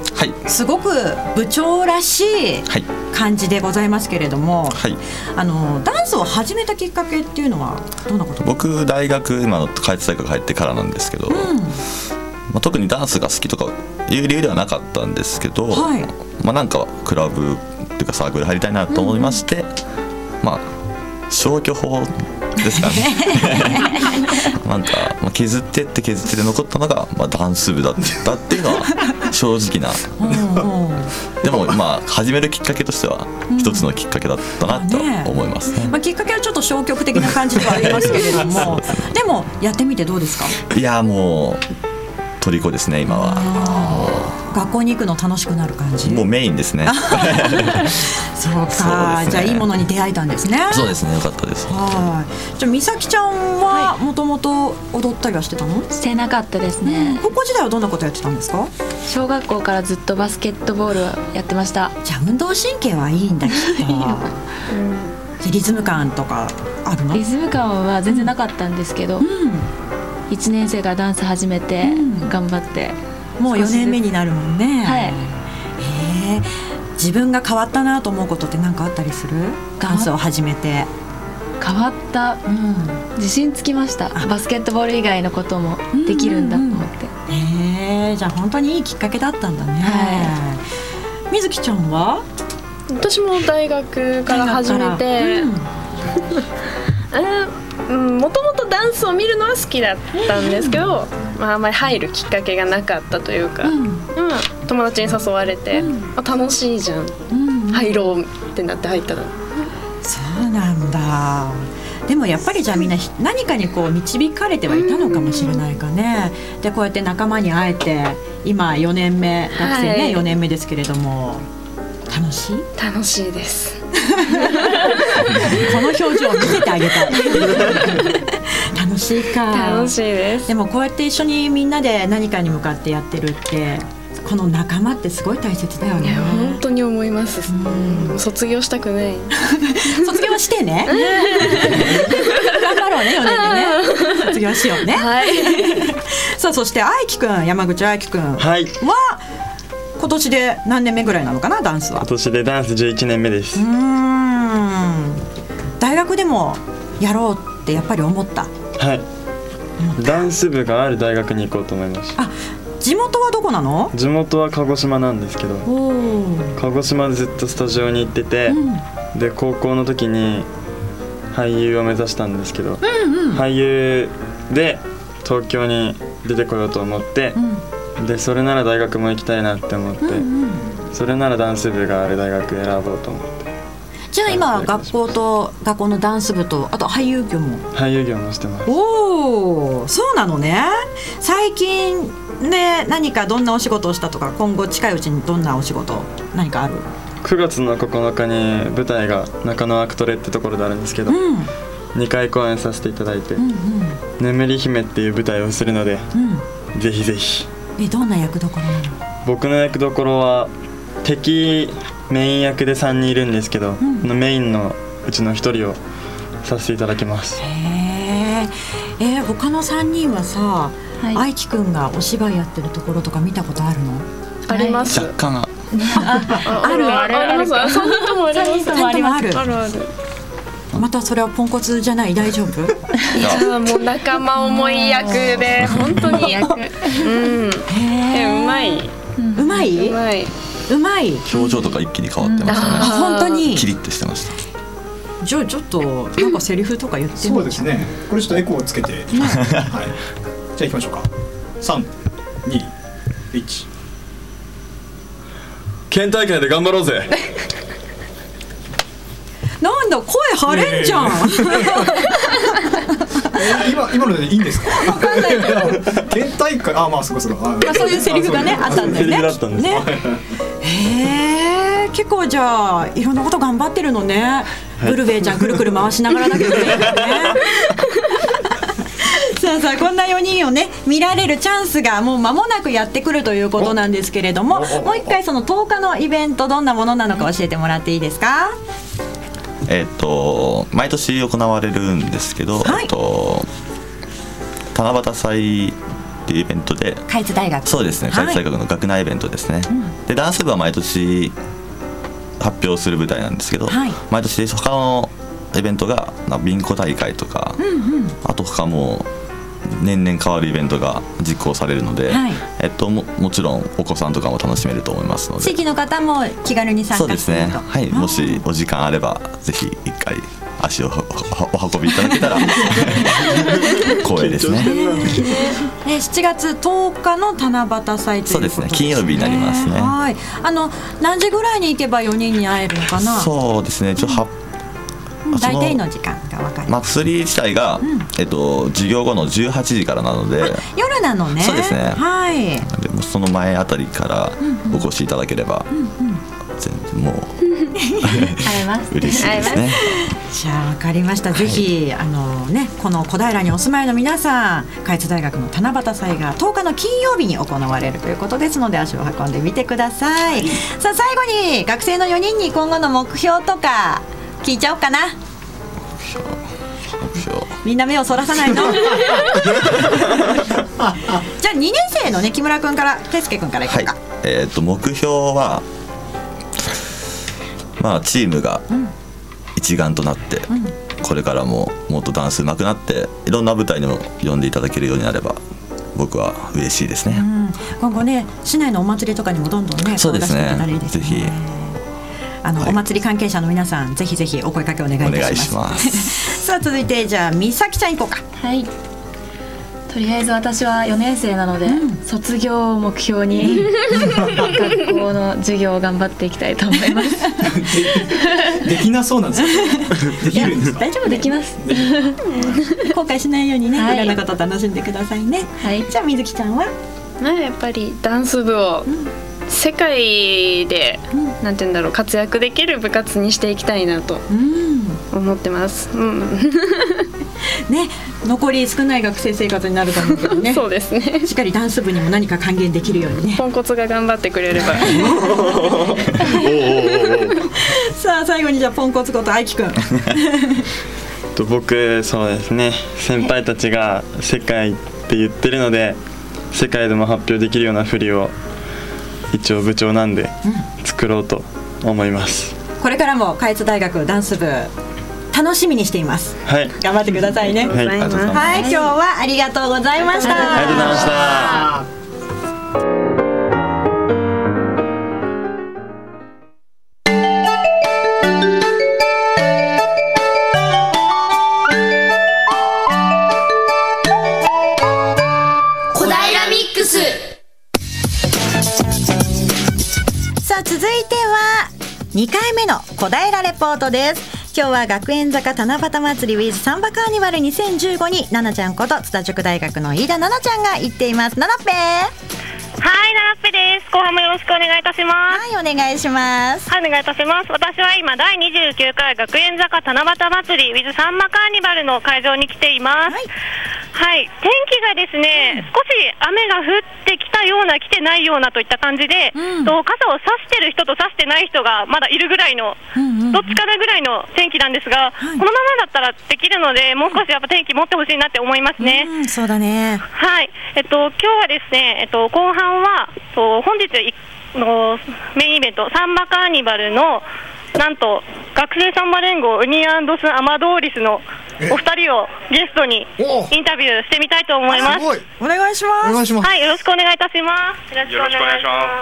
[SPEAKER 1] すごく部長らしい感じでございますけれども、はい、あのダンスを始めたきっかけっていうのはどんなこと？
[SPEAKER 12] 僕大学今の下越大学入ってからなんですけど、うんまあ、特にダンスが好きとかいう理由ではなかったんですけど、はい、まあ、なんかクラブっていうかサークル入りたいなと思いまして、うん、まあ消去法ですかねなんか、まあ、削ってって削ってて残ったのが、まあ、ダンス部だったっていうのは正直なでもまあ始めるきっかけとしては一つのきっかけだったなと思いますね、
[SPEAKER 1] うんねまあ、きっかけはちょっと消極的な感じではありますけれどもでもやってみてどうですか？
[SPEAKER 12] いやもう虜ですね今は。
[SPEAKER 1] 学校に行くの楽しくなる感じ？
[SPEAKER 12] もうメインですね
[SPEAKER 1] そうか、ね、じゃあいいものに出会えたんですね。
[SPEAKER 12] そうですねよかったです。
[SPEAKER 1] はい。じゃあ美咲ちゃんはもともと踊ったりはしてたの？
[SPEAKER 14] してなかったですね、
[SPEAKER 1] うん、高校時代はどんなことやってたんですか？
[SPEAKER 14] 小学校からずっとバスケットボールをやってました。
[SPEAKER 1] じゃあ運動神経はいいんだきっと、うん、リズム感とかあるの？
[SPEAKER 14] リズム感は全然なかったんですけど、うん、いちねん生がダンス始めて頑張って、
[SPEAKER 1] うん、もうよねんめになるもんね。
[SPEAKER 14] はい。
[SPEAKER 1] えー、自分が変わったなと思うことって何かあったりする？ダンスを始めて
[SPEAKER 14] 変わった、うん、自信つきました。バスケットボール以外のこともできるんだと思って、
[SPEAKER 1] うんうんうん、えー、じゃあ本当にいいきっかけだったんだね、はい、水木ちゃんは？
[SPEAKER 13] 私も大学から始めてもともとダンスを見るのは好きだったんですけど、まあ、あんまり入るきっかけがなかったというか、うん、友達に誘われて、うん、あ楽しいじゃん、うん、入ろうってなって入ったら。
[SPEAKER 1] そうなんだ。でもやっぱりじゃあみんな何かにこう導かれてはいたのかもしれないかね。でこうやって仲間に会えて今よねんめ学生ね、はい、よねんめですけれども楽しい？
[SPEAKER 13] 楽しいです
[SPEAKER 1] この表情を見せてあげたい楽しいか。
[SPEAKER 13] 楽しいです。
[SPEAKER 1] でもこうやって一緒にみんなで何かに向かってやってるってこの仲間ってすごい大切だよね。
[SPEAKER 13] いや本当に思います、うん、卒業したくない
[SPEAKER 1] 卒業してね頑張ろうねよねんでね卒業しようね、はい、さあそして愛樹くん山口愛樹くんは、はい、今年で何年目ぐらいなのかなダンスは？
[SPEAKER 15] 今年でダンスじゅういちねんめです。
[SPEAKER 1] うーん大学でもやろうってやっぱり思った？
[SPEAKER 15] はい、ダンス部がある大学に行こうと思いました。
[SPEAKER 1] あ地元はどこなの？
[SPEAKER 15] 地元は鹿児島なんですけど鹿児島でずっとスタジオに行ってて、うん、で高校の時に俳優を目指したんですけど、うんうん、俳優で東京に出てこようと思って、うん、でそれなら大学も行きたいなって思って、うんうん、それならダンス部がある大学選ぼうと思って。
[SPEAKER 1] じゃあ今は学校と学校のダンス部とあと俳優業も
[SPEAKER 15] 俳優業もしてます。
[SPEAKER 1] おお、そうなのね。最近ね、何かどんなお仕事をしたとか、今後近いうちにどんなお仕事何かある？
[SPEAKER 15] くがつのここのかに舞台が中野アクトレってところであるんですけど、うん、にかい公演させていただいて、うんうん、眠り姫っていう舞台をするので、うん、ぜひぜひ。
[SPEAKER 1] え、どんな役どころなの？
[SPEAKER 15] 僕の役どころは敵メイン役でさんにんいるんですけど、うん、のメインのうちのひとりをさせていただきます。
[SPEAKER 1] へー、えー、他のさんにんはさ、はい、愛樹くんがお芝居やってるところとか見たことあるの？
[SPEAKER 13] あります。
[SPEAKER 12] 若干あ
[SPEAKER 1] あるある
[SPEAKER 13] あります。さんにんともあります。
[SPEAKER 1] さんにんともある。
[SPEAKER 13] あるある。
[SPEAKER 1] またそれはポンコツじゃない？大丈夫？
[SPEAKER 13] いやもう仲間思い役で本当に役。うん。へー、うまい。
[SPEAKER 1] うまい？
[SPEAKER 13] うまい。
[SPEAKER 1] うまい。
[SPEAKER 12] 表情とか一気に変わってましたね。
[SPEAKER 1] 本当に
[SPEAKER 12] キリッとしてました。
[SPEAKER 1] じゃあちょっとなんかセリフとか言ってみ
[SPEAKER 2] そうですね。これちょっとエコーをつけて、はい、じゃあ行きましょうか。さん、に、いち。
[SPEAKER 15] 県大会で頑張ろうぜ。
[SPEAKER 1] なんだ、声張れんじゃん。
[SPEAKER 2] 今今のでいいんですか？わかんないけど。県大会、あ、まあそうかそうか。
[SPEAKER 1] まあそういうセリフがねあったんだよね。
[SPEAKER 15] セリフだったんです。
[SPEAKER 1] ね。へえ、結構じゃあいろんなこと頑張ってるのね。ブルベイちゃんくるくる回しながらだけどね。さあさあ、こんなよにんをね見られるチャンスがもう間もなくやってくるということなんですけれども、もう一回そのとおかのイベントどんなものなのか教えてもらっていいですか？
[SPEAKER 12] えっと毎年行われるんですけど、はい、えっと七夕祭っていうイベントで、
[SPEAKER 1] 開津大学、
[SPEAKER 12] そうですね、開津大学の学内イベントですね、はい、でダンス部は毎年発表する舞台なんですけど、はい、毎年他のイベントがビンコ大会とか、うんうん、あと他も年々変わるイベントが実行されるので、はい、えっと、も, もちろんお子さんとかも楽しめると思いますので、
[SPEAKER 1] 地域の方も気軽に参加すると。
[SPEAKER 12] そうですね、はい、もしお時間あればぜひ一回足をお運びいただけたら光栄ですね。
[SPEAKER 1] ね、しちがつとおかの七夕祭ということですね。
[SPEAKER 12] そうですね、金曜日になりますね。
[SPEAKER 1] はい、あの何時ぐらいに行けばよにんに会えるのかな？
[SPEAKER 12] そうですね、ちょっと
[SPEAKER 1] 大体の時間が分かります。
[SPEAKER 12] 祭り自体が、うん、えっと、授業後のじゅうはちじからなので、
[SPEAKER 1] 夜なのね。
[SPEAKER 12] そうですね、
[SPEAKER 1] はい、
[SPEAKER 12] でもその前あたりからお越しいただければ、うんうん、全然もう嬉しいですね。
[SPEAKER 1] じゃあ分かりました、はい、ぜひあの、ね、この小平にお住まいの皆さん、開津大学の七夕祭がとおかの金曜日に行われるということですので足を運んでみてください、はい、さあ最後に学生のよにんに今後の目標とか聞いちゃおうかな。みんな目をそらさないの。じゃあにねん生のね木村君から圭介君からいこうか。
[SPEAKER 12] はい、えー、と目標は、まあ、チームが一丸となって、うん、これからももっとダンス上手くなっていろんな舞台にも呼んでいただけるようになれば僕は嬉しいですね、うん、
[SPEAKER 1] 今後ね市内のお祭りとかにもどんどんね
[SPEAKER 12] そうですね、ぜひ
[SPEAKER 1] あの、はい、お祭り関係者の皆さんぜひぜひお声かけお願いいたします。
[SPEAKER 12] お願いします
[SPEAKER 1] さあ続いてじゃあ美咲ちゃんいこうか。
[SPEAKER 14] はい、とりあえず私はよねん生なので、うん、卒業を目標に学校の授業を頑張っていきたいと思います
[SPEAKER 2] で, できなそうなんですか？できるんですか？
[SPEAKER 14] 大丈夫、できます
[SPEAKER 1] 後悔しないようにね、
[SPEAKER 14] はい、
[SPEAKER 1] いろんなことを楽しんでくださいね、はい、じゃあみずきちゃんは？
[SPEAKER 13] やっぱりダンス部を、うん世界で、うん、なんて言うんだろう、活躍できる部活にしていきたいなと思ってます、うん
[SPEAKER 1] ね、残り少ない学生生活になると思うけどね
[SPEAKER 13] そうですね、
[SPEAKER 1] しっかりダンス部にも何か還元できるようにね、
[SPEAKER 13] ポンコツが頑張ってくれれば
[SPEAKER 1] さあ最後にじゃあポンコツこと愛樹くん
[SPEAKER 15] 僕そうですね、先輩たちが世界って言ってるので世界でも発表できるような振りを一応部長なんで作ろうと思います、
[SPEAKER 1] うん、これからも開津大学ダンス部楽しみにしています、
[SPEAKER 15] はい、
[SPEAKER 1] 頑張ってくださいね。
[SPEAKER 15] はい、はい、
[SPEAKER 1] 今日はありがとうございました。
[SPEAKER 15] ありがとうございました。
[SPEAKER 1] にかいめの小平レポートです。今日は学園坂七夕祭り with サンバカーニバルにせんじゅうごにななちゃんこと津田塾大学の飯田奈々ちゃんが行っています。ななっぺー。
[SPEAKER 4] はい、ななっぺです。後半もよろしくお願いいたします。
[SPEAKER 1] はい、お願いします。
[SPEAKER 4] はい、お願いいたします。私は今だいにじゅうきゅうかい学園坂七夕祭り with サンバカーニバルの会場に来ています。はい、はい、天気がですね、うん、少し雨が降ってきたような来てないようなといった感じで、うん、と傘を差してる人と差してない人がまだいるぐらいの、うんうん、どっちかなぐらいの天気なんですが、はい、このままだったらできるのでもう少しやっぱ天気持ってほしいなって思いますね。
[SPEAKER 1] うん、そうだね。
[SPEAKER 4] はい、えっと今日はですね、えっと後半はと本日のメインイベントサンバカーニバルのなんと学生サンバ連合ウニ&スアマドーリスのお二人をゲストにインタビューしてみたいと思います。
[SPEAKER 1] お願いします。
[SPEAKER 2] お願いします。
[SPEAKER 4] はい、よろしくお願いいたします。
[SPEAKER 16] よろしくお願いします。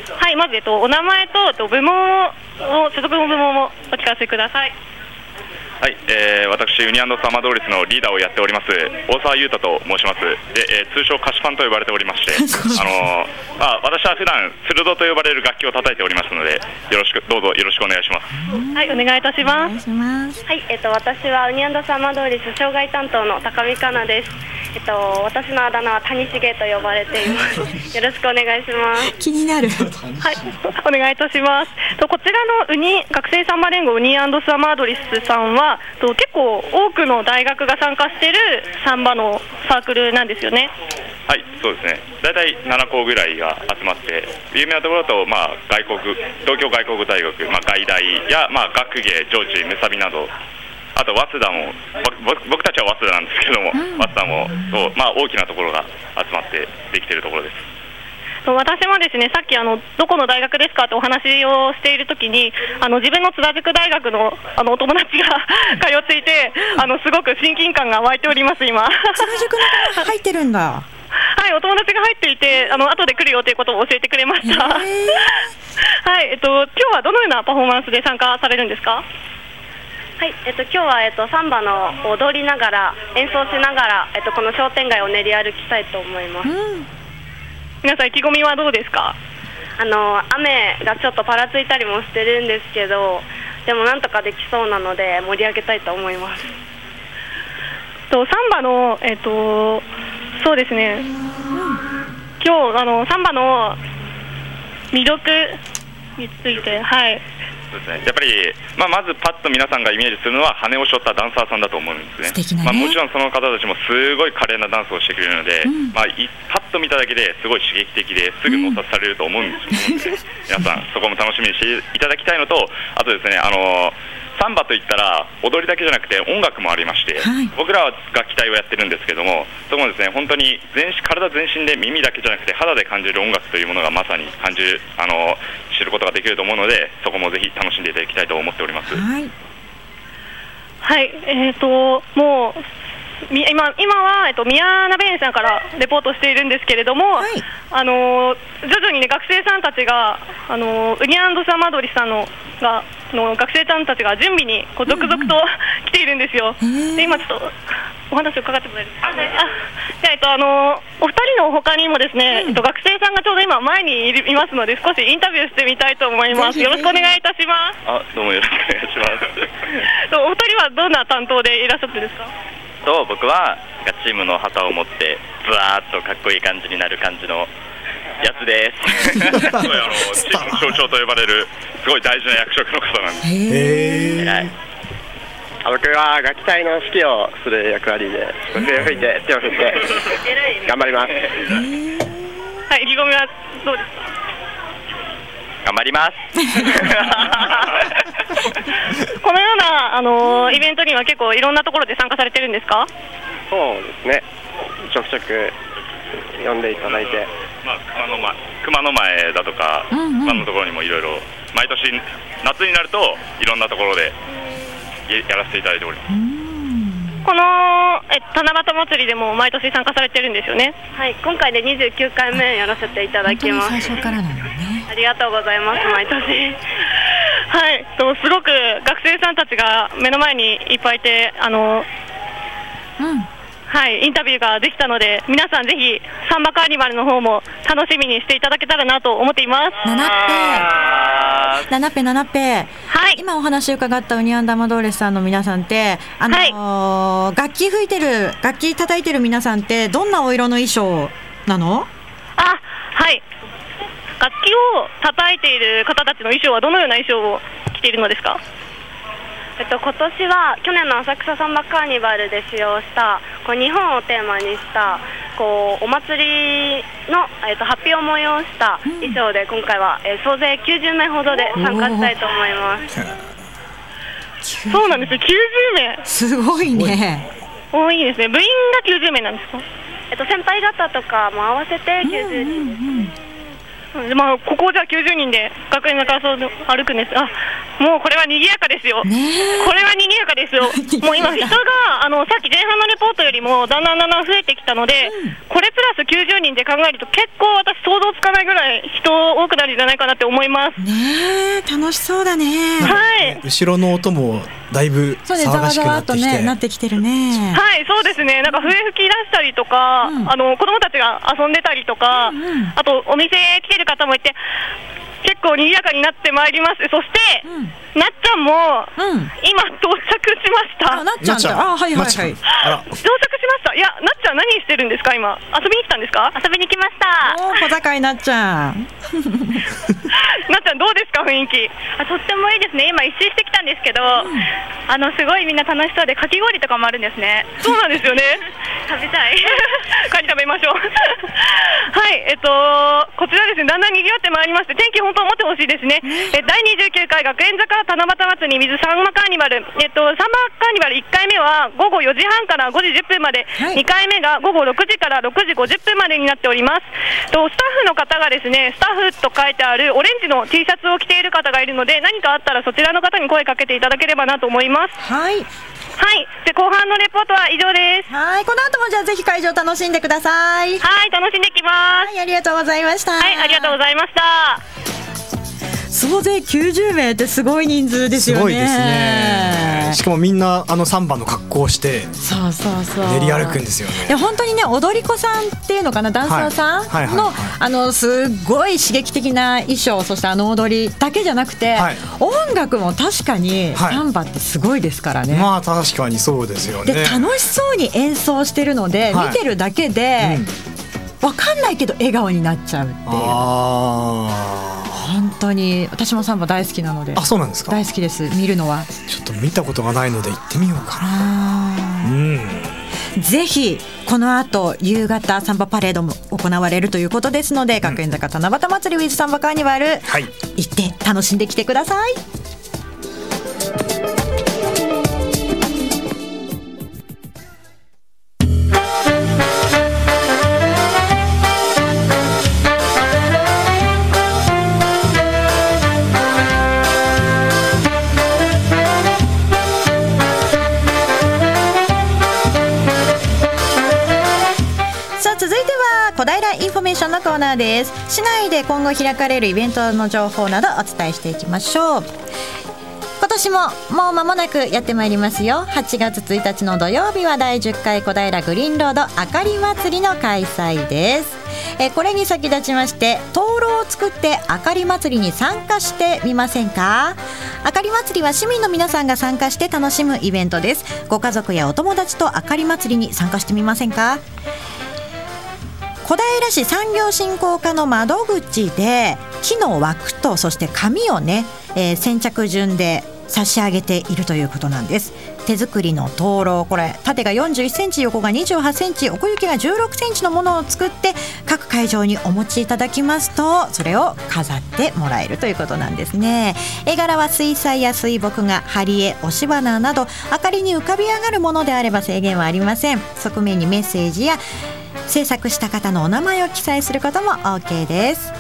[SPEAKER 4] はい、まず、えっと、お名前と、えっと、部門を所属の部門をお聞かせください。
[SPEAKER 16] はい、えー、私ユニ&スアマドーリスのリーダーをやっております大沢裕太と申します。で、えー、通称菓子パンと呼ばれておりましてあのー、まあ、私は普段スルドと呼ばれる楽器を叩いておりますのでよろしくどうぞよろしくお願いします。
[SPEAKER 4] はい、お願いいたします。
[SPEAKER 1] お願いします。
[SPEAKER 17] はい、えっと、私はユニ&スアマドーリス障害担当の高見香奈です。えっと、私のあだ名は谷重と呼ばれていますよろしくお願いします。
[SPEAKER 1] 気になる
[SPEAKER 4] はい、お願いいたします。とこちらのウニ学生サンバ連合ウニ&スアマドリスさんはと結構多くの大学が参加しているサンバのサークルなんですよね。
[SPEAKER 16] はい、そうですね。だいたいななこぐらいが集まって有名なところだと、まあ、外国東京外国大学、まあ、外大や、まあ、学芸上智むさびなどあと早稲田も僕たちは早稲田なんですけども、うん、早稲田もそう、まあ、大きなところが集まってできているところです。
[SPEAKER 4] 私もですね、さっきあのどこの大学ですかってお話をしているときにあの自分の津田塾大学のあのお友達が通っていてあのすごく親近感が湧いております今。
[SPEAKER 1] 津田塾の子が入ってるんだ。
[SPEAKER 4] はい、お友達が入っていてあの後で来るよということを教えてくれました。はい、えっと今日はどのようなパフォーマンスで参加されるんですか？
[SPEAKER 17] はい、えっと、今日は、えっと、サンバの踊りながら演奏しながら、えっと、この商店街を練り歩きたいと思います。うん、
[SPEAKER 4] 皆さん意気込みはどうですか？
[SPEAKER 17] あの雨がちょっとぱらついたりもしてるんですけどでもなんとかできそうなので盛り上げたいと思います。
[SPEAKER 4] とサンバの、えっと、そうですね、うん、今日あのサンバの魅力について、はい、
[SPEAKER 16] そうですね、やっぱり、まあ、まずパッと皆さんがイメージするのは羽を背負ったダンサーさんだと思うんですね。ね、まあ、もちろんその方たちもすごい華麗なダンスをしてくれるので、うん、まあ、パッと見ただけですごい刺激的ですぐ脳殺されると思うんですよ、ね、うん、皆さんそこも楽しみにしていただきたいのとあとですね、あのサンバといったら踊りだけじゃなくて音楽もありまして、はい、僕らは楽器隊をやってるんですけどもそこもですね本当に全身体全身で耳だけじゃなくて肌で感じる音楽というものがまさに感じるあの知ることができると思うのでそこもぜひ楽しんでいただきたいと思っております。
[SPEAKER 4] はい、はい、えーともう今, 今は、えっと、宮鍋園さんからレポートしているんですけれども、はい、あの徐々に、ね、学生さんたちがあのウニ&スアマドリスさんのがの学生さんたちが準備にこう続々と、うん、来ているんですよ。で今ちょっとお話を伺ってもらえるですか？あ、じゃあ、えっと、あのお二人の他にもですね、うん、えっと、学生さんがちょうど今前に い, いますので少しインタビューしてみたいと思います。よろしくお願いいたします。
[SPEAKER 16] あ、どうもよろしくお願いします
[SPEAKER 4] お二人はどんな担当でいらっしゃってるんですか？
[SPEAKER 18] と僕はチームの旗を持ってブワーッとかっこいい感じになる感じのやつですすごいあの
[SPEAKER 16] チームの象徴と呼ばれるすごい大事な役職の方なんです。
[SPEAKER 18] へー。
[SPEAKER 19] 僕は楽器隊の指揮をする役割で笛を吹いて手を振って頑張ります。
[SPEAKER 4] はい、意気込みはどうですか？
[SPEAKER 18] 頑張ります
[SPEAKER 4] このような、あのー、イベントには結構いろんなところで参加されてるんですか？
[SPEAKER 19] そうですね、ちょくちょく呼んでいただいて、
[SPEAKER 16] まあ、熊の前、熊の前だとか、うんうん、熊のところにもいろいろ毎年夏になるといろんなところでやらせていただいております。
[SPEAKER 4] このえ七夕祭りでも毎年参加されてるんですよね？
[SPEAKER 17] はい、今回でにじゅうきゅうかいめやらせていただきます。
[SPEAKER 1] 最初からなんだね。
[SPEAKER 17] ありがとうございます。毎年
[SPEAKER 4] はい、すごく学生さんたちが目の前にいっぱいいて、あの、うん、 はい、インタビューができたので、皆さんぜひサンバカーニバルの方も楽しみにしていただけたらなと思っています。
[SPEAKER 1] ななっぺななっぺななっぺ、はい、今お話伺ったウニアンダマドーレスさんの皆さんって、あのーはい、楽器吹いてる楽器叩いてる皆さんってどんなお色の衣装なの？
[SPEAKER 4] あ、はい、楽器を叩いている方たちの衣装はどのような衣装を着ているのですか？
[SPEAKER 17] えっと、今年は去年の浅草サンバカーニバルで使用したこう日本をテーマにしたこうお祭りの、えっと、発表を催した衣装で、今回は、えー、総勢きゅうじゅうめいほどで参加したいと思います。
[SPEAKER 4] そうなんですよ、きゅうじゅうめい、
[SPEAKER 1] すごいね。
[SPEAKER 4] 多いですね。部員がきゅうじゅうめいなんですか？
[SPEAKER 17] えっと、先輩方とかも合わせてきゅうじゅうにんです。うんうんうん、
[SPEAKER 4] まあ、ここじゃあきゅうじゅうにんで学園の中を歩くんです。あ、もうこれは賑やかですよ、ね、これは賑やかですよもう今人があのさっき前半のレポートよりもだんだんだんだん増えてきたので、うん、これプラスきゅうじゅうにんで考えると結構私想像つかないぐらい人多くなるんじゃないかなって思います
[SPEAKER 1] ね。楽しそうだね。
[SPEAKER 4] はい、
[SPEAKER 2] 後ろの音もだいぶ騒がしくなってきて、
[SPEAKER 1] ね、なってきてるね。
[SPEAKER 4] はい、そうですね。なんか笛吹き出したりとか、うん、あの子供たちが遊んでたりとか、うんうん、あとお店来てる方もいて結構賑やかになってまいります。そして、うん、なっちゃんも、うん、今到着しました。
[SPEAKER 1] あ、なっちゃんだ。あ、はいはいはい。到着し
[SPEAKER 4] ました。いや、なっちゃん何してるんですか今？遊びに来たんですか？
[SPEAKER 17] 遊びに来ました。
[SPEAKER 1] おー、小高いなっちゃん。
[SPEAKER 4] なっちゃんどうですか雰囲気？
[SPEAKER 17] あ、とってもいいですね。今一周してきたんですけど、うん、あのすごいみんな楽しそうでかき氷とかもあるんですね。
[SPEAKER 4] そうなんですよね。
[SPEAKER 17] 食べたい。
[SPEAKER 4] 帰り食べましょう。はい、えっとこちらですね、だんだん賑わってまいりまして、天気本当持ってほしいですね。えだいにじゅうきゅうかい学園坂七夕祭り水サンバカーニバル、えっとサンバカーニバルいっかいめはごごよじはんからごじじゅっぷんまで、はい、にかいめがごごろくじからろくじごじゅっぷんまでになっております。とスタッフの方がですね、スタッフと書いてあるオレンジの T シャツを着ている方がいるので、何かあったらそちらの方に声かけていただければなと思います。
[SPEAKER 1] はい、
[SPEAKER 4] はい、で後半のレポートは以上です。
[SPEAKER 1] はい、この後もじゃあぜひ会場楽しんでください。
[SPEAKER 4] はい、楽しんできます。
[SPEAKER 1] はい、ありがとうございました。
[SPEAKER 4] はい、ありがとうございました。
[SPEAKER 1] 総勢きゅうじゅうめいってすごい人数ですよね。
[SPEAKER 2] すごいですね。しかもみんなあのサンバの格好をして
[SPEAKER 1] そうそうそう
[SPEAKER 2] 練り歩くんですよね。
[SPEAKER 1] いや本当にね、踊り子さんっていうのかな、ダンサーさんのあのすごい刺激的な衣装、そしてあの踊りだけじゃなくて、はい、音楽も確かにサンバってすごいですからね。
[SPEAKER 2] はい、まあ確かにそうですよね。
[SPEAKER 1] で楽しそうに演奏してるので、はい、見てるだけで、うん、分かんないけど笑顔になっちゃうっていう。あ本当に私もサンバ大好きなので。
[SPEAKER 2] あ、そうなんですか。
[SPEAKER 1] 大好きです、見るのは。
[SPEAKER 2] ちょっと見たことがないので行ってみようかな。うん、
[SPEAKER 1] ぜひこの後夕方サンバパレードも行われるということですので、うん、学園坂七夕祭り with サンバカーニバル、はい、行って楽しんできてください。小平インフォメーションのコーナーです。市内で今後開かれるイベントの情報などお伝えしていきましょう。今年ももう間もなくやってまいりますよ。はちがつついたちの土曜日はだいじゅっかい小平グリーンロードあかり祭りの開催です。えこれに先立ちまして灯籠を作ってあかり祭りに参加してみませんか。あかり祭りは市民の皆さんが参加して楽しむイベントです。ご家族やお友達とあかり祭りに参加してみませんか。小平市産業振興課の窓口で木の枠とそして紙をね、えー、先着順で差し上げているということなんです。手作りの灯籠、これ縦がよんじゅういっセンチ、横がにじゅうはちセンチ、奥行きがじゅうろくセンチのものを作って各会場にお持ちいただきますと、それを飾ってもらえるということなんですね。絵柄は水彩や水墨画、貼り絵、押し花など明かりに浮かび上がるものであれば制限はありません。側面にメッセージや制作した方のお名前を記載することも OK です。小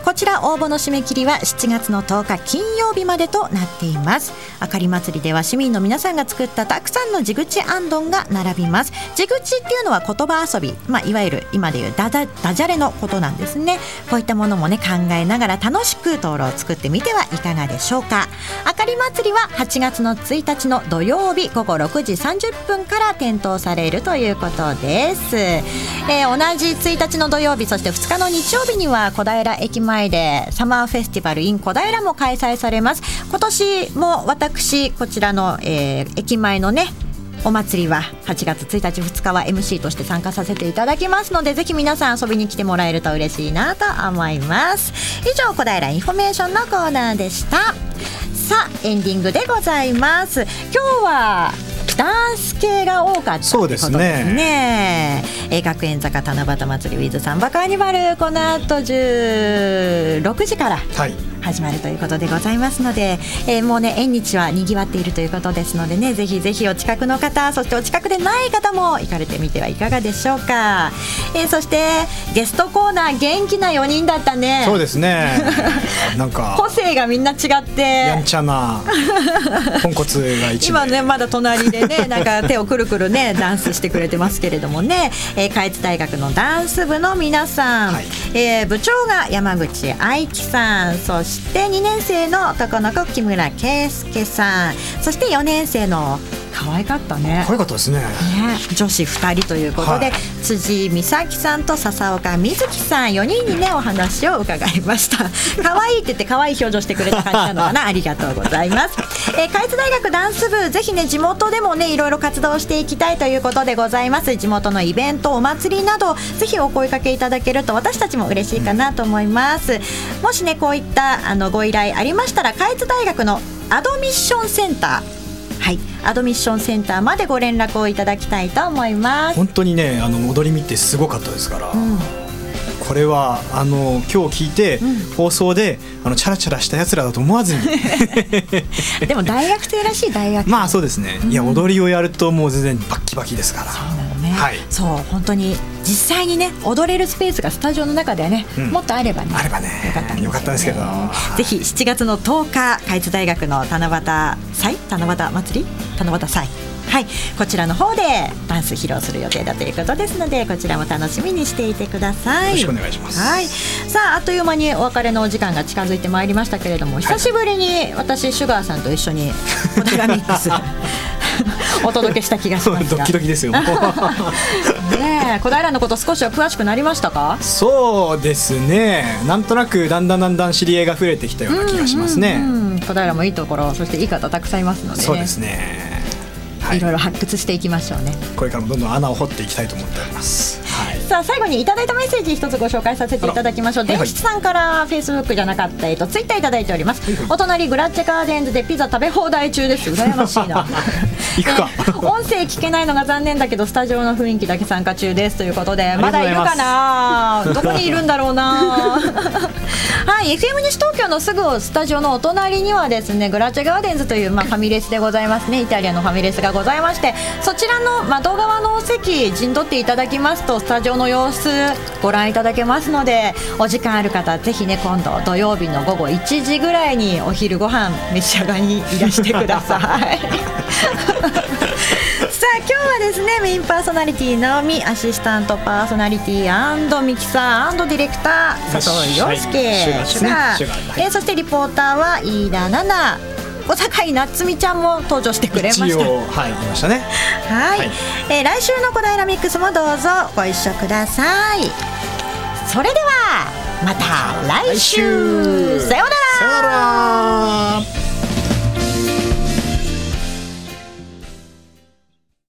[SPEAKER 1] こちら応募の締め切りはしちがつのとおか金曜日までとなっています。あかり祭りでは市民の皆さんが作ったたくさんの地口あんどんが並びます。地口っていうのは言葉遊び、まあ、いわゆる今でいうダジャ、ダジャレのことなんですね。こういったものもね考えながら楽しく灯籠を作ってみてはいかがでしょうか。あかり祭りははちがつのついたちの土曜日ごごろくじさんじゅっぷんから点灯されるということです。えー、同じついたちの土曜日、そしてふつかの日曜日には小平駅前でサマーフェスティバル in 小平も開催されます。今年も私こちらの、えー、駅前のねお祭りははちがつついたちふつかは エムシー として参加させていただきますので、ぜひ皆さん遊びに来てもらえると嬉しいなと思います。以上、小平インフォメーションのコーナーでした。さあエンディングでございます。今日はダンス系が多かったということですね。そうですね。えー、学園坂七夕祭り with サンバカーニバル、この後じゅうろくじから始まるということでございますので、えー、もうね縁日はにぎわっているということですのでね、ぜひぜひお近くの方、そしてお近くでない方も行かれてみてはいかがでしょうか。えー、そしてゲストコーナー元気なよにんだったね。
[SPEAKER 2] そうですね。なんか
[SPEAKER 1] 個性がみんな違って
[SPEAKER 2] やんちゃなポンコツが一
[SPEAKER 1] 今ねまだ隣でねなんか手をくるくるねダンスしてくれてますけれどもね、えー、下越大学のダンス部の皆さん、はい、えー、部長が山口愛樹さん、そしてにねんせいの男の子木村圭介さん、そしてよねんせいの可愛かったね。
[SPEAKER 2] 可愛かったですね。ね、
[SPEAKER 1] 女子ふたりということで、はい、辻美咲さんと笹岡瑞希さんよにんにねお話を伺いました。可愛いって言って可愛い表情してくれた感じなのかな。ありがとうございます。えー、下越大学ダンス部、ぜひね地元でもねいろいろ活動していきたいということでございます。地元のイベント、お祭りなどぜひお声かけいただけると私たちも嬉しいかなと思います。もしねこういったあのご依頼ありましたら、下越大学のアドミッションセンター、はい、アドミッションセンターまでご連絡をいただきたいと思います。
[SPEAKER 2] 本当にねあの踊り見てすごかったですから、うん、これはあの今日聞いて、うん、放送であのチャラチャラしたやつらだと思わずに
[SPEAKER 1] でも大学生らしい大学生
[SPEAKER 2] まあそうですね、うん、いや踊りをやるともう全然バッキバキですから。
[SPEAKER 1] そうなのね、はい、そう本当に実際にね踊れるスペースがスタジオの中ではね、うん、もっとあればね
[SPEAKER 2] あればねよかったんですよね。よかったですけど、
[SPEAKER 1] ぜひしちがつのとおか下越大学の七夕祭七夕祭り七夕祭、はい、こちらの方でダンス披露する予定だということですので、こちらも楽しみにしていてください。
[SPEAKER 2] よろしくお願いします。
[SPEAKER 1] はい、さああっという間にお別れのお時間が近づいてまいりましたけれども、久しぶりに私シュガーさんと一緒に小平ミックスお届けした気がしますが
[SPEAKER 2] ドキドキですよね
[SPEAKER 1] え、小平のこと少しは詳しくなりましたか？
[SPEAKER 2] そうですね、なんとなくだんだんだんだん知り合いが増えてきたような気がしますね。
[SPEAKER 1] うんうんうん、小平もいいところ、そしていい方たくさんいますので、ね、
[SPEAKER 2] そうですね、
[SPEAKER 1] はい、いろいろ発掘していきましょうね。
[SPEAKER 2] これからもどんどん穴を掘っていきたいと思っております。はい、
[SPEAKER 1] さあ最後にいただいたメッセージ一つご紹介させていただきましょう。電室さんからフェイスブックじゃなかった、えっと、ツイッターいただいております。はいはい、お隣グラッチェガーデンズでピザ食べ放題中です。羨ましいな
[SPEAKER 2] 行くか、
[SPEAKER 1] えー、音声聞けないのが残念だけどスタジオの雰囲気だけ参加中ですということで、まだいるかな、どこにいるんだろうなはい、エフエム 西東京のすぐスタジオのお隣にはですねグラッチェガーデンズという、まあ、ファミレスでございますね。イタリアのファミレスがございまして、そちらの窓側のお席陣取っていただきますとスタジオの様子ご覧いただけますので、お時間ある方ぜひね今度土曜日の午後いちじぐらいにお昼ご飯召し上がりにいらしてくださいさあ今日はですねメインパーソナリティナオミ、アシスタントパーソナリティ&ミキサー&ディレクター佐藤陽介、シュガー、えー、そしてリポーターは飯田奈々、小坂井夏美ちゃんも登場してくれました。
[SPEAKER 2] 一応はい来ましたね。
[SPEAKER 1] はい、はい、えー、来週の小平ミックスもどうぞご一緒ください。それではまた来週、さようなら。
[SPEAKER 2] さようなら。